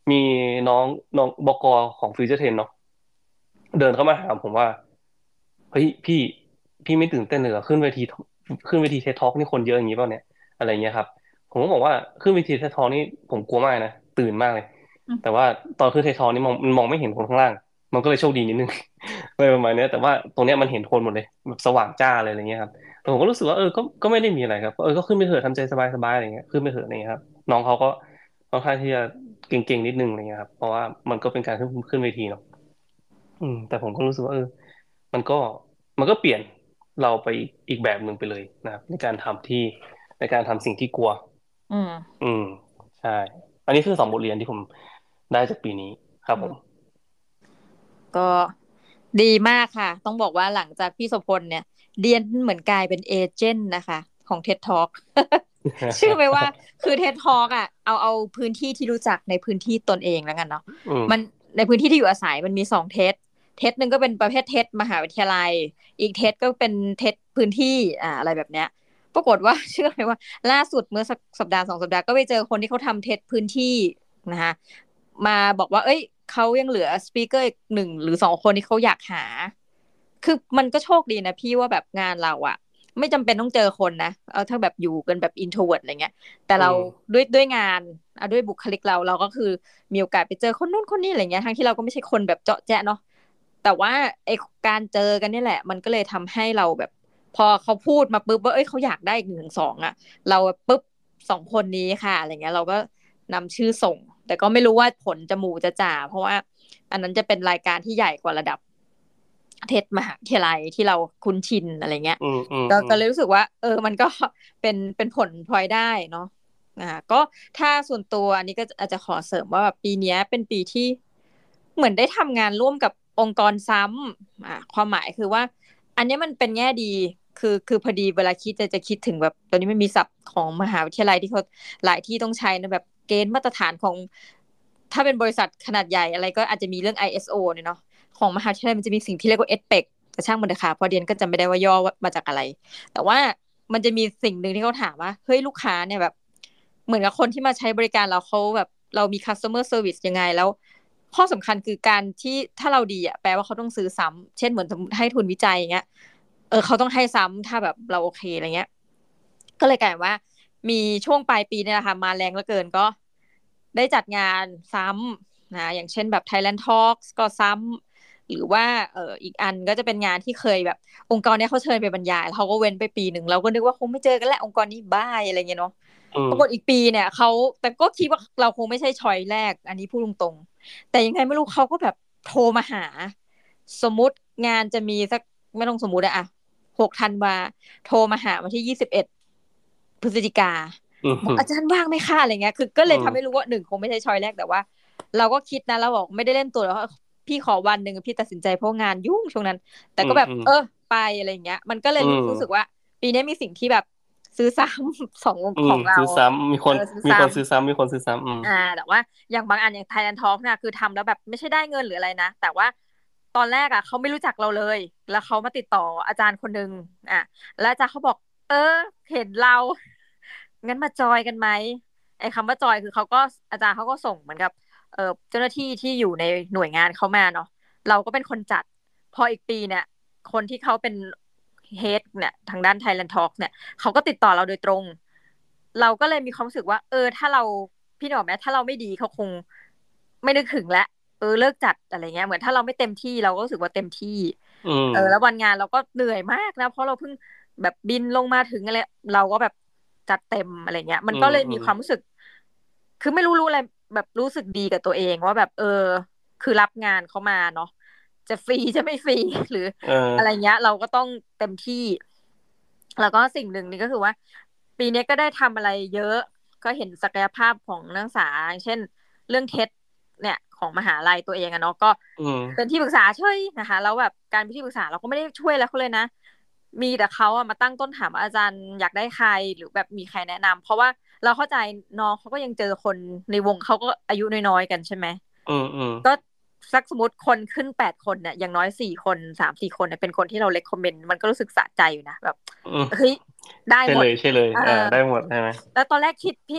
มีน้องน้องบกของฟิวเจอร์เทนเนาะเดินเข้ามาถามผมว่าเฮ้ยพี่พี่ไม่ตื่นเต้นเลยเหรอขึ้นเวทีขึ้นเวทีเท็ดทอล์กนี่คนเยอะอย่างนี้เปล่าเนี่ยอะไรเงี้ยครับผมก็บอกว่าขึ้นเวทีเท็ดทอล์กนี่ผมกลัวมากนะตื่นมากเลยแต่ว่าตอนขึ้นเท็ดทอล์กนี่มองมันมองไม่เห็นคนข้างล่างมันก็เลยโชคดีนิดนึงอะไรประมาณเนี้ยแต่ว่าตรงเนี้ยมันเห็นคนหมดเลยแบบสว่างจ้าเลยอะไรเงี้ยครับแต่ผมก็รู้สึกว่าเออก็ก็ไม่ได้มีอะไรครับเออก็ขึ้นไปเถอะทำใจสบายๆอะไรเงี้ยขึ้นไปเถอะอะไรเงี้ยครับน้องเขาก็ค่อนข้างที่จะเก่งๆนิดนึงอะไรเงี้ยครับเพราะว่ามันก็เป็นการขึ้นขึ้นเวทีเนาะ อืมแต่ผมก็รู้สึกว่าเออมันก็มันก็เปลี่ยนเราไปอีกอีกแบบหนึ่งไปเลยนะครับในการทำที่ในการทำสิ่งที่กลัวอืมอืมใช่อันนี้คือสองบทเรียนที่ผมได้จากปีนี้ครับผมอืมก็ดีมากค่ะต้องบอกว่าหลังจากพี่โสพลเนี่ยเดียนเหมือนกลายเป็นเอเจนต์นะคะของ TED Talk เชื่อไหมว่าคือ TED Talk อ่ะเอาเอาพื้นที่ที่รู้จักในพื้นที่ตนเองแล้วกันเนาะอืมมันในพื้นที่ที่อยู่อาศัยมันมีสองเทสเทสหนึ่งก็เป็นประเภทเทสมหาวิทยาลัยอีกเทสก็เป็นเทสพื้นที่อ่าอะไรแบบเนี้ยปรากฏว่าเชื่อไหมว่าล่าสุดเมื่อสักสัปดาห์สองสัปดาห์ก็ไปเจอคนที่เขาทำเทสพื้นที่นะคะมาบอกว่าเอ้ยเขายังเหลือสปีกเกอร์อีกหนึ่งหรือสองคนที่เขาอยากหาคือมันก็โชคดีนะพี่ว่าแบบงานเราอะไม่จำเป็นต้องเจอคนนะเอาถ้าแบบอยู่กันแบบอินโทรเวิร์ตอะไรเงี้ยแต่เราอืมด้วยด้วยงานอ่ะด้วยบุคลิกเราเราก็คือมีโอกาสไปเจอคนนู้นคนนี้อะไรเงี้ยทั้งที่เราก็ไม่ใช่คนแบบเจาะแจ๊ะเนาะแต่ว่าไอ้การเจอกันนี่แหละมันก็เลยทำให้เราแบบพอเขาพูดมาปุ๊บว่าเอ้ยเขาอยากได้อีกหนึ่งถึงสองอ่ะเราปุ๊บสองคนนี้ค่ะอะไรเงี้ยเราก็นำชื่อส่งแต่ก็ไม่รู้ว่าผลจะหมู่จะจ่าเพราะว่าอันนั้นจะเป็นรายการที่ใหญ่กว่าระดับเทศมหาวิทยาลัยที่เราคุ้นชินอะไรเงี้ยอืมอืมก็อืมก็เลยรู้สึกว่าเออมันก็เป็นเป็นผลพลอยได้เนาะอ่าก็ถ้าส่วนตัวอันนี้ก็อาจจะขอเสริมว่าแบบปีนี้เป็นปีที่เหมือนได้ทำงานร่วมกับองค์กรซ้ำอ่าความหมายคือว่าอันนี้มันเป็นแง่ดีคือคือพอดีเวลาคิดจะจะคิดถึงแบบตอนนี้มันมีศัพท์ของมหาวิทยาลัยที่เขาหลายที่ต้องใช้นะแบบเกณฑ์มาตรฐานของถ้าเป็นบริษัทขนาดใหญ่อะไรก็อาจจะมีเรื่อง ไอ เอส โอ เนี่ยเนาะ ของมหาวิทยาลัยมันจะมีสิ่งที่เรียกว่าเอสเปกแต่ช่างมันเถอะค่ะเพราะเดียนก็จำไม่ได้ว่าย่อมาจากอะไรแต่ว่ามันจะมีสิ่งหนึ่งที่เขาถามว่าเฮ้ยลูกค้าเนี่ยแบบเหมือนกับคนที่มาใช้บริการเราเขาแบบเรามี customer service ยังไงแล้วข้อสำคัญคือการที่ถ้าเราดีอ่ะแปลว่าเขาต้องซื้อซ้ำเช่นเหมือนให้ทุนวิจัยอย่างเงี้ยเออเขาต้องให้ซ้ำถ้าแบบเราโอเคอะไรเงี้ยก็เลยกลายว่ามีช่วงปลายปีเนี่ยนะคะมาแรงเหลือเกินก็ได้จัดงานซ้ำนะอย่างเช่นแบบ Thailand Talks ก็ซ้ำ หรือว่าเอออีกอันก็จะเป็นงานที่เคยแบบองค์กรเนี้ยเขาเชิญไปบรรยายเขาก็เว้นไปปีหนึ่งเราก็นึกว่าคงไม่เจอกันแล้วองค์กรนี้บ้ายอะไรเงี้ยเนาะอืมปรากฏอีกปีเนี่ยเขาแต่ก็คิดว่าเราคงไม่ใช่ชอยแรกอันนี้พูดตรงๆแต่ยังไงไม่รู้เขาก็แบบโทรมาหาสมมุติงานจะมีสักไม่ต้องสมมุติอะอะหกธันวาโทรมาหาวันที่ยี่สิบเอ็ดพฤศจิกาอืมบอกอาจารย์ว่างไหมคะอะไรเงี้ยคือก็เลยอืมทำให้รู้ว่าหนึ่งคงไม่ใช่ชอยแรกแต่ว่าเราก็คิดนะเราบอกไม่ได้เล่นตัวแล้ว พี่ขอวันหนึ่งพี่ตัดสินใจเพราะงานยุ่งช่วงนั้นแต่ก็แบบอืมอืมเออไปอะไรเงี้ยมันก็เลยอืมรู้สึกว่าปีนี้มีสิ่งที่แบบซื้อซ้ำสองอืมของเราซื้อซ้ำมีคนเออซื้อซ้มีคนซื้อซ้ำมีคนซื้อซ้ำอืมำอ่าแต่ว่าอย่างบางอันอย่าง Thailand Talk เนี่ยคือทำแล้วแบบไม่ใช่ได้เงินหรืออะไรนะแต่ว่าตอนแรกอ่ะเขาไม่รู้จักเราเลยแล้วเขามาติดต่ออาจารย์คนหนึ่งอ่ะแล้วอาจารย์เขาบอกเออเห็นเรางั้นมาจอยกันไหมไอ้คำว่าจอยคือเขาก็อาจารย์เขาก็ส่งเหมือนกับ เอ่อเจ้าหน้าที่ที่อยู่ในหน่วยงานเขามาเนาะเราก็เป็นคนจัดพออีกปีเนี่ยคนที่เขาเป็นเฮดเนี่ยทางด้าน Thailand Talk เนี่ยเขาก็ติดต่อเราโดยตรงเราก็เลยมีความรู้สึกว่าเออถ้าเราพี่นึกออกไหมถ้าเราไม่ดีเขาคงไม่นึกถึงแล้วเออเลิกจัดอะไรเงี้ยเหมือนถ้าเราไม่เต็มที่เราก็รู้สึกว่าเต็มที่อืมเออแล้ววันงานเราก็เหนื่อยมากนะเพราะเราเพิ่งแบบบินลงมาถึงอะไรเราก็แบบจัดเต็มอะไรเงี้ยมันอืก็เลยมอืมมีความรู้สึก คือไม่รู้รู้อะไรแบบรู้สึกดีกับตัวเองว่าแบบเออคือรับงานเขามาเนาะจะฟรีจะไม่ฟรีหรือเอออะไรเงี้ยเราก็ต้องเต็มที่แล้วก็สิ่งหนึ่งนี่ก็คือว่าปีนี้ก็ได้ทำอะไรเยอะก็เห็นศักยภาพของนักศึกษาอย่างเช่นเรื่องเท็ดเนี่ยของมหาลัยตัวเองอะเนาะก็อืมเป็นที่ปรึกษาช่วยนะคะแล้วแบบการเป็นที่ปรึกษาเราก็ไม่ได้ช่วยอะไรเขาเลยนะมีแต่เขาอะมาตั้งต้นถามว่าอาจารย์อยากได้ใครหรือแบบมีใครแนะนำเพราะว่า เราเข้าใจน้องเขาก็ยังเจอคนในวงเขาก็อายุน้อยๆกันใช่ไหมอืมอืมก็สักสมมติคนขึ้นแปดคนเนี่ยอย่างน้อยสี่คนสามสี่คนเนี่ยเป็นคนที่เราเล c คอมเมนต์มันก็รู้สึกสะใจอยู่นะแบบอืมเฮ้ยได้หมดใช่เลยใช่เลยเอออ่าได้หมดใช่ไหมแล้วตอนแรกคิดพี่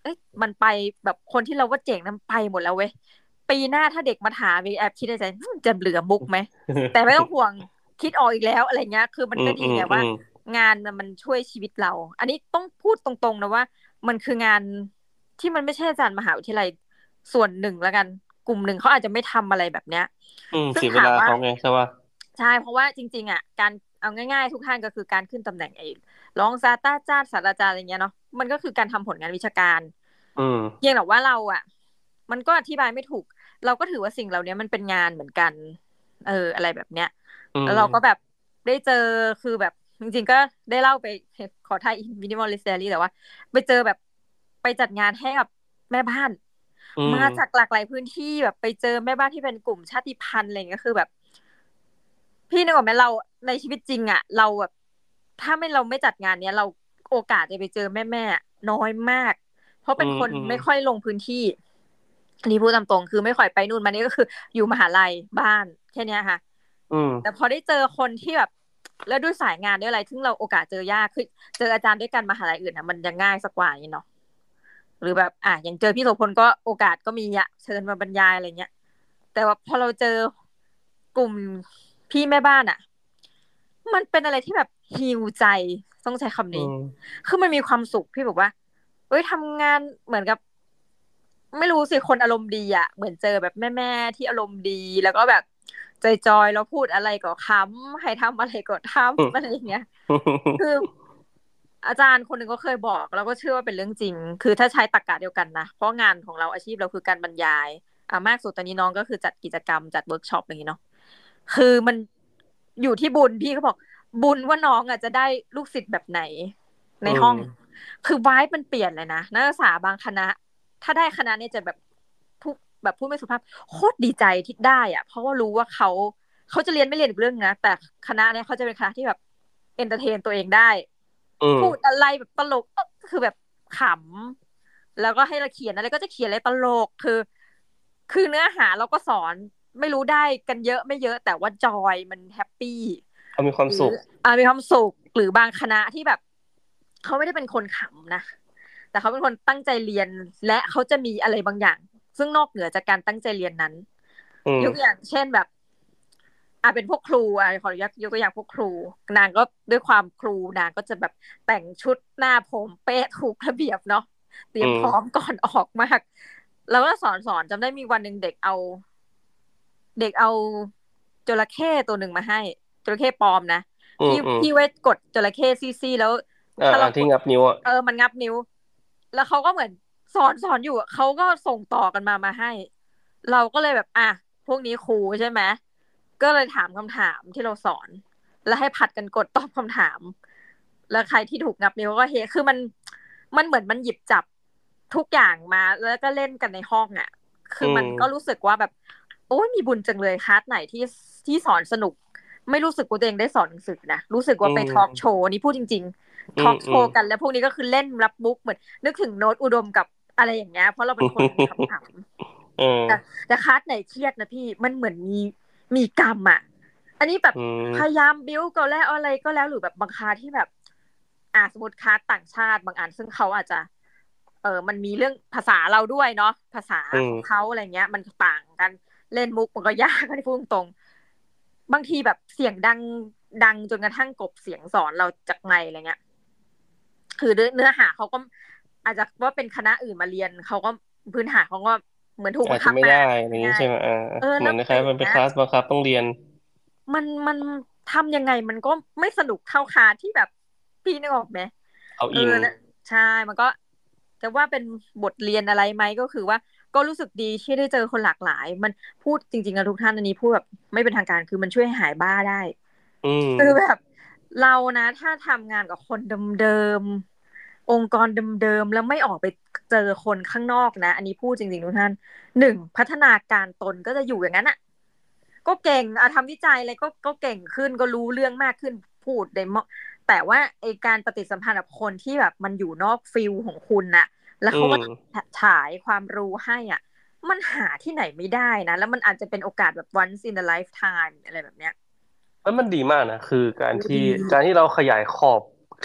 เอ้ยมันไปแบบคนที่เราว่าเจ๋งนั้นไปหมดแล้วเว้ยปีหน้าถ้าเด็กมาถามมีแอบคิดในใจจะเหลือมุกไหมแต่ไม่ต้องห่วงคิดออกอีกแล้วอะไรเงี้ยคือมันอืมก็ดีไงว่าอืมอืมงานมันช่วยชีวิตเราอันนี้ต้องพูดตรงๆนะว่ามันคืองานที่มันไม่ใช่อาจารย์มหาวิทยาลัยส่วนหนึ่งแล้วกันกลุ่มหนึ่งเขาอาจจะไม่ทำอะไรแบบเนี้ยอืมซึ่งเสียเวถามว่าลาเขาไงใช่ป่ะใช่เพราะว่าจริงๆอ่ะการเอาง่ายๆทุกท่านก็คือการขึ้นตำแหน่งไอ้รองศาสตราจารย์ศาสตราจารย์อะไรเงี้ยเนาะมันก็คือการทำผลงานวิชาการอืมเพียงแต่ว่าเราอ่ะมันก็อธิบายไม่ถูกเราก็ถือว่าสิ่งเหล่านี้มันเป็นงานเหมือนกันเอออะไรแบบเนี้ยอืแล้วเราก็แบมบได้เจอคือแบบจริงๆก็ได้เล่าไปขอทายอินมินิมอลลิสต์เดลี่แต่ว่าไปเจอแบบไปจัดงานให้กับแม่บ้านอืมาจากมหลากหลายพื้นที่แบบไปเจอแม่บ้านที่เป็นกลุ่มชาติพันธุ์อะไรอย่างเงี้ยคือแบบ พี่นึกออกไหมเราในชีวิตจริงอ่ะเราแบบถ้าไม่เราไม่จัดงานเนี้ยเราโอกาสจะไปเจอแม่แม่น้อยมากเพราะอืเป็นคนมอืมไม่ค่อยลงพื้นที่อันนี้พูดตามตรงคือไม่ค่อยไปนู่นมานี่ก็คืออยู่มหาลัยบ้านแค่เนี้ยค่ะอืมแต่พอได้เจอคนที่แบบแล้วด้วยสายงานด้วยอะไรซึ่งเราโอกาสเจอยากคือเจออาจารย์ด้วยกันมหาลัยอื่นนะมันจะง่ายสักกว่านี้เนาะหรือแบบอ่ะอย่างเจอพี่โสพลก็โอกาสก็มีอะเชิญมาบรรยายอะไรเงี้ยแต่ว่าพอเราเจอกลุ่มพี่แม่บ้านอะ มันเป็นอะไรที่แบบฮีลใจต้องใช้คำอืนี้มคือมันมีความสุขพี่บอกว่าเอ้ยทำงานเหมือนกับไม่รู้สิคนอารมณ์ดีอ่ะเหมือนเจอแบบแม่แม่ที่อารมณ์ดีแล้วก็แบบจอยๆแล้วพูดอะไรก็ขำให้ทำอะไรก็ทอืำอะไรอย่างเงี้ยคือมอาจารย์คนหนึ่งก็เคยบอกแล้วก็เชื่อว่าเป็นเรื่องจริงคือถ้าใช้ตรรกะเดียวกันนะเพราะงานของเราอาชีพเราคือการบรรยายอ่ามากสุดตอนนี้น้องก็คือจัดกิจกรรมจัดเวิร์กช็อปอะไรอย่างเงี้ยเนาะคือมันอยู่ที่บุญพี่เขาบอก บุญว่าน้องอ่ะจะได้ลูกศิษย์แบบไหนในอืมห้องคือวายมันเปลี่ยนเลยนะนักศึกษาบางคณะถ้าได้คณะเนี่ยจะแบบพูดแบบพูดไม่สุภาพโคตรดีใจที่ได้อ่ะเพราะว่ารู้ว่าเขาเขาจะเรียนไม่เรียนอีกเรื่องนะแต่คณะเนี่ยเขาจะเป็นคณะที่แบบเอนเตอร์เทนตัวเองได้อืมพูดอะไรแบบตลกก็คือแบบขำแล้วก็ให้เราเขียนอะไรก็จะเขียนอะไรตลกคือคือเนื้อหาเราก็สอนไม่รู้ได้กันเยอะไม่เยอะแต่ว่าจอยมันแฮปปี้เขามีควาหรือมสุขอ่ามีความสุขหรือบางคณะที่แบบเขาไม่ได้เป็นคนขำนะแต่เขาเป็นคนตั้งใจเรียนและเขาจะมีอะไรบางอย่างซึ่งนอกเหนือจากการตั้งใจเรียนนั้นอืมยกตัวอย่างเช่นแบบอ่าเป็นพวกครูอ่ะขออนุญาตยกตัวอย่างพวกครูนางก็ด้วยความครูนางก็จะแบบแต่งชุดหน้าผมเป๊ะถูกระเบียบเนาะเตรีอืยมพร้อมมก่อนออกมากแล้วก็สอนสอนจำได้มีวันหนึ่งเด็กเอาเด็กเอาจระเข้ตัวหนึ่งมาให้จระเข้ปลอมนะ ที่อืมอืมที่ไว้กดจระเข้ซี่ๆแล้วอ่าอ่าที่ถ้าเรากดงับนิ้วอ่ะเออมันงับนิ้วแล้วเขาก็เหมือนสอนสอนอยู่เขาก็ส่งต่อกันมามาให้เราก็เลยแบบอ่ะพวกนี้ครูใช่ไหมก็เลยถามคำถามที่เราสอนแล้วให้ผัดกันกดตอบคำถามแล้วใครที่ถูกงับนิ้วก็เฮคือมันมันเหมือนมันหยิบจับทุกอย่างมาแล้วก็เล่นกันในห้องอ่ะคือือมันก็รู้มสึกว่าแบบโอ้ยมีบุญจังเลยคลาสไหนที่ที่สอนสนุก ไม่รู้สึกว่าตัวเองได้สอนหนังสือนะรู้สึกอืว่าไปทอล์กโชมว์นี่พูดจริงๆอืมอืมทอล์กโชว์กันแล้วพวกนี้ก็คือเล่นรับมุกเหมือนนึกถึงโน้ตอุดมกับอะไรอย่างเงี้ยเพราะเราเป็นคนขำเอๆแต่อแต่คลาสไหนเครียดนะพี่มันเหมือนมีมีกรรมอ่ะอันนี้แบบอืพยามยามบิ้วก็แล้วอะไรก็แล้วหรือแบบบางคลาสที่แบบอ่าสมมติคลาสต่างชาติบางอันซึ่งเขาอาจจะเออมันมีเรื่องภาษาเราด้วยเนาะภาษาอืมของเขาอะไรเงี้ยมันต่างกันเล่นมุกมันก็ยากกันที่พูดตรง บางทีแบบเสียงดังดังจนกระทั่งกลบเสียงสอนเราจากไมค์อะไรเงี้ยคือเนื้อหาเขาก็อาจจะว่าเป็นคณะอื่นมาเรียนเขาก็พื้นฐานเขาก็เหมือนถูกบังคับมาอาจจะไม่ได้อะไรอย่างนี้ง่ายใช่ไหมอ่าๆเออแล้วเหมือนคล้ายๆมันเป็นเป็นอย่างเงี้ยคลาสบังคับต้องเรียนมันมันทำยังไงมันก็ไม่สนุกเท่าคาที่แบบพี่นึกออกไหมเออเอาอินแล้วใช่มันก็จะว่าเป็นบทเรียนอะไรไหมก็คือว่าก็รู้สึกดีที่ได้เจอคนหลากหลายมันพูดจริงๆนะทุกท่านอันนี้พูดแบบไม่เป็นทางการคือมันช่วยให้หายบ้าได้อืมคือแบบเรานะถ้าทำงานกับคนเดิมๆองค์กรเดิมๆแล้วไม่ออกไปเจอคนข้างนอกนะอันนี้พูดจริงๆทุกท่านหนึ่งพัฒนาการตนก็จะอยู่อย่างนั้นอ่ะก็เก่งอะทำวิจัยอะไรก็ก็เก่งขึ้นก็รู้เรื่องมากขึ้นพูดได้มแต่ว่าไอการปฏิสัมพันธ์กับคนที่แบบมันอยู่นอกฟิลของคุณน่ะแล้วอืเขาก็มฉายความรู้ให้อ่ะมันหาที่ไหนไม่ได้นะแล้วมันอาจจะเป็นโอกาสแบบ once in a lifetime อะไรแบบเนี้ยแล้วมันดีมากนะคือการที่ดีการที่เราขยายขอบเขต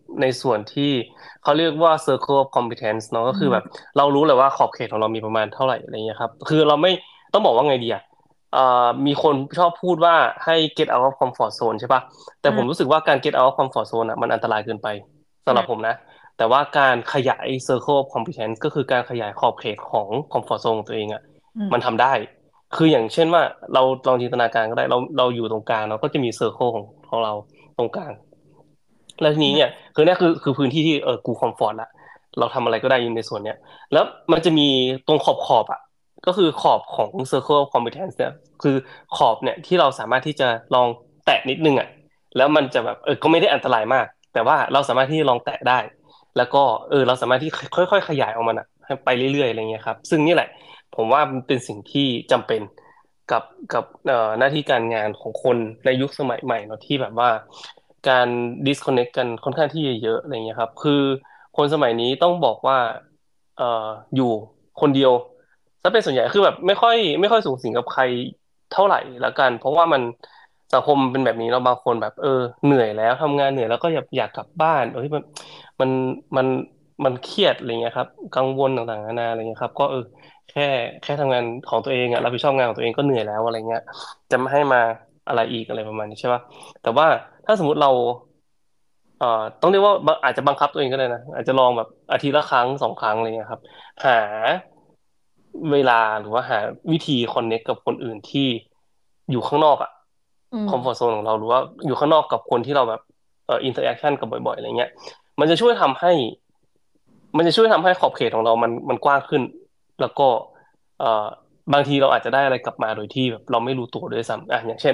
ในส่วนที่เขาเรียกว่า circle of competence เนาะก็อืคือแบบมเรารู้เลยว่าขอบเขตของเรามีประมาณเท่าไหร่อะไรเงี้ยครับคือเราไม่ต้องบอกว่าไงดีอะเอ่อมีคนชอบพูดว่าให้ get out of comfort zone ใช่ปะแต่อืมผมรู้สึกว่าการ get out of comfort zone อะมันอันตรายเกินไปสำหรับผมนะแต่ว่าการขยาย circle of competence ก็คือการขยายขอบเขตของ comfort zone ของตัวเองอะอืมมันทำได้คืออย่างเช่นว่าเราลองจินตนาการก็ได้เราเราอยู่ตรงกลางเราก็จะมี circle ของของเราตรงกลาง แล้วทีนี้เนี่ยคือเนี่ยคือคือพื้นที่ที่เออกูคอมฟอร์ตละเราทำอะไรก็ได้ในส่วนเนี้ยแล้วมันจะมีตรงขอบขอบอ่ะก็คือขอบของ Circle of Competence เนี่ยคือขอบเนี่ยที่เราสามารถที่จะลองแตะนิดนึงอ่ะแล้วมันจะแบบเออก็ไม่ได้อันตรายมากแต่ว่าเราสามารถที่จะลองแตะได้แล้วก็เออเราสามารถที่ค่อยๆขยายออกมันอ่ะให้ไปเรื่อยๆอะไรเงี้ยครับซึ่งนี่แหละผมว่ามันเป็นสิ่งที่จำเป็นกับกับเอ่อหน้าที่การงานของคนในยุคสมัยใหม่เนาะที่แบบว่า การ disconnect กันค่อนข้างที่จะเยอะอะไรเงี้ยครับคือคนสมัยนี้ต้องบอกว่าเอ่ออยู่คนเดียวถ้าเป็นส่วนใหญ่คือแบบไม่ค่อยไม่ค่อยสูงสิงกับใครเท่าไหร่ละกันเพราะว่ามันสังคมเป็นแบบนี้เนาะบางคนแบบเออเหนื่อยแล้วทำงานเหนื่อยแล้วก็อยากอยากกลับบ้านเออมันมันมันมันเครียดอะไรเงี้ยครับกังวลต่างๆนานาอะไรเงี้ยครับก็เออแค่แค่ทำงานของตัวเองอะรับผิดชอบงานของตัวเองก็เหนื่อยแล้วอะไรเงี้ยจะไม่ให้มาอะไรอีกอะไรประมาณนี้ใช่ปะ แต่ว่าถ้าสมมติเราเอ่อต้องเรียกว่าบอาจจะบังคับตัวเองก็ได้นะอาจจะลองแบบอาทิตย์ละครั้งสองครั้งอะไรเงี้ยครับหาเวลาหรือว่าหาวิธีคอนเน c t กับคนอื่นที่อยู่ข้างนอกอะอืมคอมฟอร์ z โซนของเราหรือว่าอยู่ข้างนอกกับคนที่เราแบบเอ่ออินเตอร์แอคชั่นกับบ่อยๆอะไรเงี้ยมันจะช่วยทำให้มันจะช่วยทำให้ขอบเขตของเรามันมันกว้างขึ้นแล้วก็เอ่อบางทีเราอาจจะได้อะไรกลับมาโดยที่แบบเราไม่รู้ตัวด้วยซ้ำอ่ะอย่างเช่น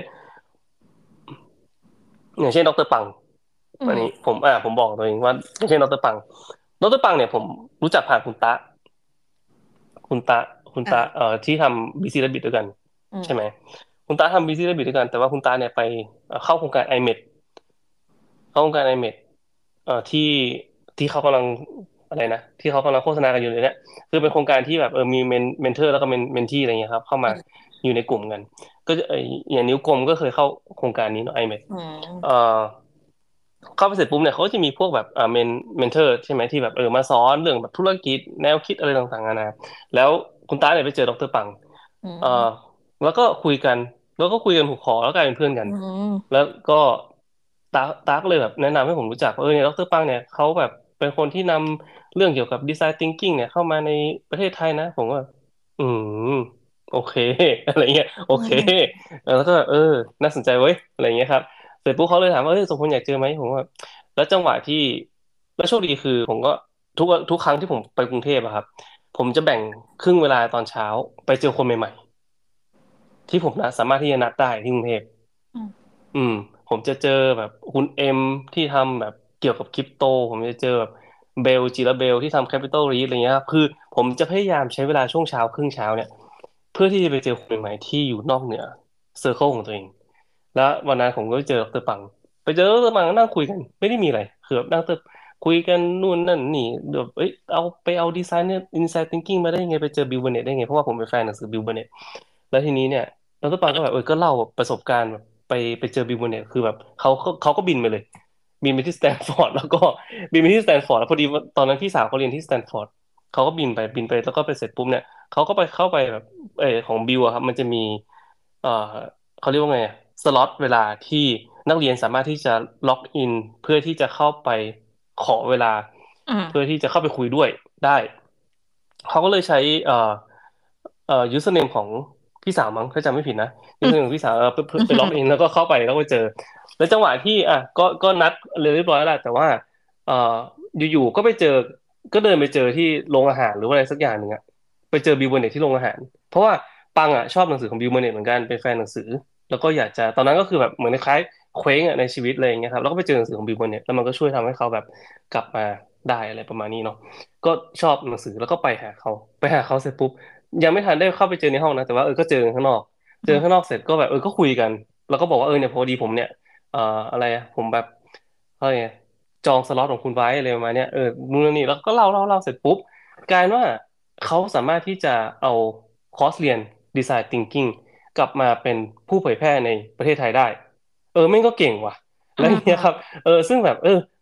อย่างเช่นดรปังอันนี้อืมผมอ่าผมบอกตัวเองว่าอย่างเช่นดรปังดรปังเนี่ยผมรู้จักผ่านคุณตะคุณตะคุณตะอ่าเอ่อที่ทำบีซี Rabbit ด้วยกันอืมใช่ไหมคุณตะทำบีซี Rabbit ด้วยกันแต่ว่าคุณตะเนี่ยไปเอ่อเข้าโครงการ ไอ เอ็ม อี ดี เข้าโครงการ ไอ เอ็ม อี ดี เอ่อที่ที่เขากำลังอะไรนะที่เขากำลังโฆษณากันอยู่เลยเนี่ยคือเป็นโครงการที่แบบเออมีเมนเมนเทอร์แล้วก็เมนเมนทีอะไรเงี้ยครับเข้ามาอยู่ในกลุ่มกันก็จะเอออย่างนิ้วกลมก็เคยเข้าโครงการนี้เนาะ ไอ เอ็ม อี ดีอืเอ่มอเข้าไปเสร็จปุ๊บเนี่ยเขาก็จะมีพวกแบบอ่าเมนเมนเทอร์ใช่ไหมที่แบบเออมาสอนเรื่องแบบธุรกิจแนวคิดอะไรต่างๆนานาแล้วคุณตาเนี่ยไปเจอดรปังอืเอ่อมแล้วก็คุยกันแล้วก็คุยกันถูกคอแล้วกลายเป็นเพื่อนกันอืมแล้วก็ตาตาก็เลยแบบแนะนำให้ผมรู้จักว่าเออเนี่ยดรปังเนี่ยเขาแบบเป็นคนที่นำเรื่องเกี่ยวกับดีไซน์ทิงกิ้งเนี่ยเข้ามาในประเทศไทยนะผมว่าอืมโอเคอะไรเงี้ยโออืเคมแล้วก็เออน่าสนใจเว้ยอะไรเงี้ยครับ เสร็จปุ๊บเขาเลยถามว่าเออสมควรอยากเจอไหมผมว่าแล้วจังหวะที่แล้วโชคดีคือผมก็ทุกทุกครั้งที่ผมไปกรุงเทพอะครับผมจะแบ่งครึ่งเวลาตอนเช้าไปเจอคนใหม่ๆที่ผมนะสามารถที่จะนัดได้ที่กรุงเทพอืมอืมผมจะเจอแบบคุณเอ็มที่ทำแบบเกี่ยวกับคริปโตผมจะเจอแบบเบลจิระเบลที่ทำแคปิตอลรีอะไรเงี้ยครับคือผมจะพยายามใช้เวลาช่วงเช้าครึ่งเช้าเนี่ยเพื่อที่จะไปเจอคนใหม่ๆที่อยู่นอกเหนือเซอร์เคิลของตัวเอง แล้ววันนั้นผมก็ไปเจอดรปังไปเจอดรปังก็นั่งคุยกันไม่ได้มีอะไรคือแบบนั่งเติบคุยกันนู่นนั่นนี่แบบเอ้ยเอาไปเอาดีไซน์เนี่ยอินไซต์ทิงกิ้งมาได้ยังไงไปเจอบิลเบอร์เน็ตได้ไงเพราะว่าผมเป็นแฟนหนังสือบิลเบอร์เน็ตแล้วทีนี้เนี่ยดรปังก็แบบเออก็เล่าประสบการณ์แบบไปไปเจอบิลเบอร์เน็ตคือแบบเขาเขาเขาก็บินไปเลยบินไปที่สแตนฟอร์ดแล้วก็บินไปที่สแตนฟอร์ดแล้วพอดีว่าตอนนั้นพี่สาวเขาเรียนที่สแตนฟอร์ดเขาก็บินไปบินไปแล้วก็ไปเสร็จปุ๊บเนี่ยเขาก็ไปเข้าไปแบบเออของบิลอะครับมันจะมีเอ่อ เขาเรียกว่าไงสล็อตเวลาที่นักเรียนสามารถที่จะล็อกอินเพื่อที่จะเข้าไปขอเวลาอืมเพื่อที่จะเข้าไปคุยด้วยได้เขาก็เลยใช้เอ่อเอ่อ username ของพี่สาวมั้งถ้าจำไม่ผิดนะอืม username ของพี่สาวเออไปอืไปล็อกอินมแล้วก็เข้าไปแล้วก็ไปเจอแล้วจังหวะที่อ่ะก็ก็นัดเลยเรียบร้อยแล้วแหละแต่ว่าเอ่ออยู่ๆก็ไปเจอก็เดินไปเจอที่โรงอาหารหรือว่าอะไรสักอย่างหนึ่งอะไปเจอบิลเบอร์เน็ตที่โรงอาหารเพราะว่าปังอ่ะชอบหนังสือของบิลเบอร์เน็ตเหมือนกันเป็นแฟนหนังสือ แล้วก็อยากจะตอนนั้นก็คือแบบเหมือนคล้ายๆเคว้งอะในชีวิตเลยอย่างเงี้ยครับแล้วก็ไปเจอหนังสือของบิลเบอร์เน็ตแล้วมันก็ช่วยทำให้เขาแบบกลับมาได้อะไรประมาณนี้เนาะก็ชอบหนังสือแล้วก็ไปหาเขาไปหาเขาเสร็จปุ๊บยังไม่ทันได้เข้าไปเจอในห้องนะแต่ว่าเออก็เจอข้างนอกเจอข้างนอกเสร็จก็แบบเออก็คุยกันแล้วก็บอกว่าเออเนี่ยพอดีผมเนี่ยเอ่ออะไรอะผมแบบอะไรไงจองสล็อตของคุณไว้อะไรประมาณเนี้ยเออนู่นนนนี่แล้วก็เล่าเล่าเล่าเสร็จปุ๊บกลายเป็นว่าเขาสามารถที่จะเอาคอร์สเรียน Design Thinking กลับมาเป็นผู้เผยแพร่ในประเทศไทยได้ เออแม่งก็เก่งว่ะอืแล้วอย่างเงี้ยครับมเออซึ่งแบบเออ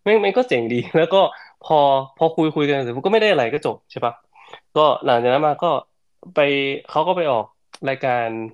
แม่งแม่งก็เจ๋งดีแล้วก็พอพอคุยคุยกันเสร็จผมก็ไม่ได้อะไรก็จบใช่ปะก็หลังจากนั้นมาก็ไปเขาก็ไปออกรายการ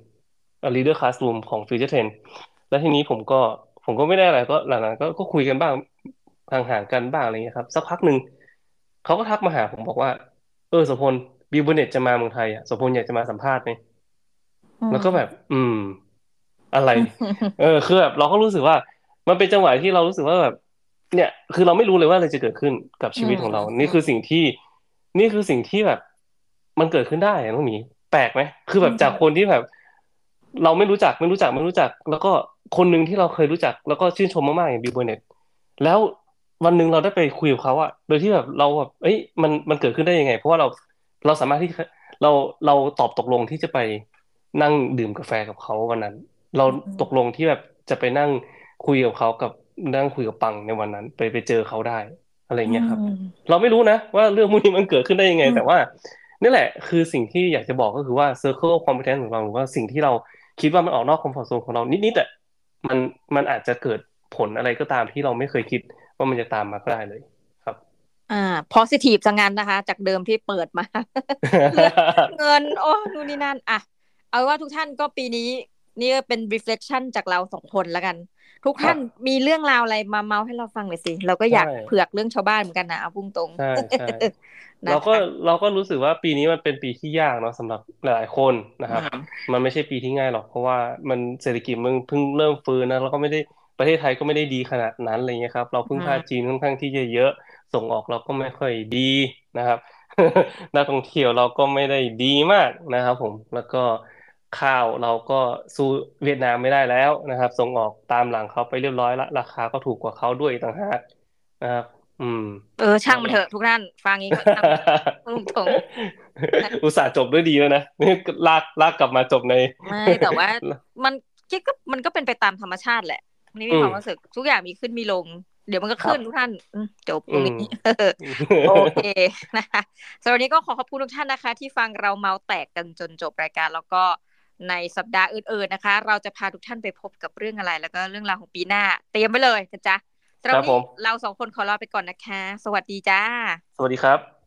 Leader Classroom ของ Future Trend แล้วทีนี้ผมก็ผมก็ไม่ได้อะไรก็หลังๆก็ก็คุยกันบ้างห่างๆกันบ้างอะไรเงี้ยครับสักพักหนึ่งเขาก็ทักมาหาผมบอกว่าเออโสพลบิลเบอร์เน็ตจะมาเมืองไทยอ่ะโสพลอยากจะมาสัมภาษณ์ไหมอืแล้วก็แบบมอืมอะไรเออคือแบบเราก็รู้สึกว่ามันเป็นจังหวะที่เรารู้สึกว่าแบบเนี่ยคือเราไม่รู้เลยว่าอะไรจะเกิดขึ้นกับอืมชีวิตของเราอืนี่มคือสิ่งที่นี่คือสิ่งที่แบบมันเกิดขึ้นได้อะน้องหมีแปลกไหมคืออืแบบจากคนมที่แบบเราไม่รู้จักไม่รู้จักไม่รู้จักแล้วก็คนหนึ่งที่เราเคยรู้จักแล้วก็ชื่นชมมากๆอย่างบิลเบอร์เน็ตแล้ววันหนึ่งเราได้ไปคุยกับเขาอะโดยที่แบบเราแบบเอ้ยมันมันเกิดขึ้นได้ยังไงเพราะว่าเราเราสามารถที่เราเราตอบตกลงที่จะไป นั่งดื่มกาแฟกับเขาวันนั้นเราอืมตกลงที่แบบจะไปนั่งคุยกับเขากับนั่งคุยกับปังในวันนั้นไปไปเจอเขาได้อะไรอืเงี้ยครับมเราไม่รู้นะว่าเรื่องพวกนี้มันเกิดขึ้นได้ยังไงอืมแต่ว่านี่แหละคือสิ่งที่อยากจะบอกก็คือว่า circle of competence ของเราหรือว่าสิ่งที่เราคิดว่ามันออกนอกคอมฟอร์ z โซนของเรานิดๆแต่มันมันอาจจะเกิดผลอะไรก็ตามที่เราไม่เคยคิดว่ามันจะตามมาก็ได้เลยครับอ่า positive ซะงั้นนะคะจากเดิมที่เปิดมาเรื่องเงินโอ้นู่นนี่นั่นอ่ะเอาว่าทุกท่านก็ปีนี้นี่ก็เป็น reflection จากเราสองคนแล้วกันทุกครัท่านบมีเรื่องราวอะไรมาเมาให้เราฟังหน่อยสิเราก็อใช่ยากเผือกเรื่องชาวบ้านเหมือนกันนะเอาพุ่งตรงใช่ใช่ เราก็นะคะเราก็รู้สึกว่าปีนี้มันเป็นปีที่ยากเนาะสำหรับหลายๆคนนะครับอืมมันไม่ใช่ปีที่ง่ายหรอกเพราะว่ามันเศรษฐกิจมันเพิ่งเริ่มฟื้นนะแล้วก็ไม่ได้ประเทศไทยก็ไม่ได้ดีขนาดนั้นอะไรเงี้ยครับเราอืพึ่งพาจีมนค่อนข้างที่จะเยอะส่งออกเราก็ไม่ค่อยดีนะครับนักท่องเที่ยวเราก็ไม่ได้ดีมากนะครับผมแล้วก็ข้าวเราก็สู้เวียดนามไม่ได้แล้วนะครับส่งออกตามหลังเขาไปเรียบร้อยละราคาก็ถูกกว่าเขาด้วยต่างหากนะครับอืมเออช่างมันเถอะทุกท่านฟังงี้ก็ช่างมันเถอะพุ่งตรงอุตส่าห์จบด้วยดีแล้วนะนี่ลากลากกลับมาจบในไม่แต่ว่ามันคิดก็มันก็เป็นไปตามธรรมชาติแหละนี่มีอืมความรู้สึกทุกอย่างมีขึ้นมีลงเดี๋ยวมันก็ครับขึ้นทุกท่านอืมจบตอืมรงนี้โอเคนะคะสำหรับวันนี้ก็ขอขอบคุณทุกท่านนะคะที่ฟังเราเมาแตกกันจนจบรายการแล้วก็ในสัปดาห์อื่นๆนะคะเราจะพาทุกท่านไปพบกับเรื่องอะไรแล้วก็เรื่องราวของปีหน้าเตรียมไว้เลยนะจ๊ะสำหรับวันนี้ครับผมเราสองคนขอลาไปก่อนนะคะสวัสดีจ้าสวัสดีครับ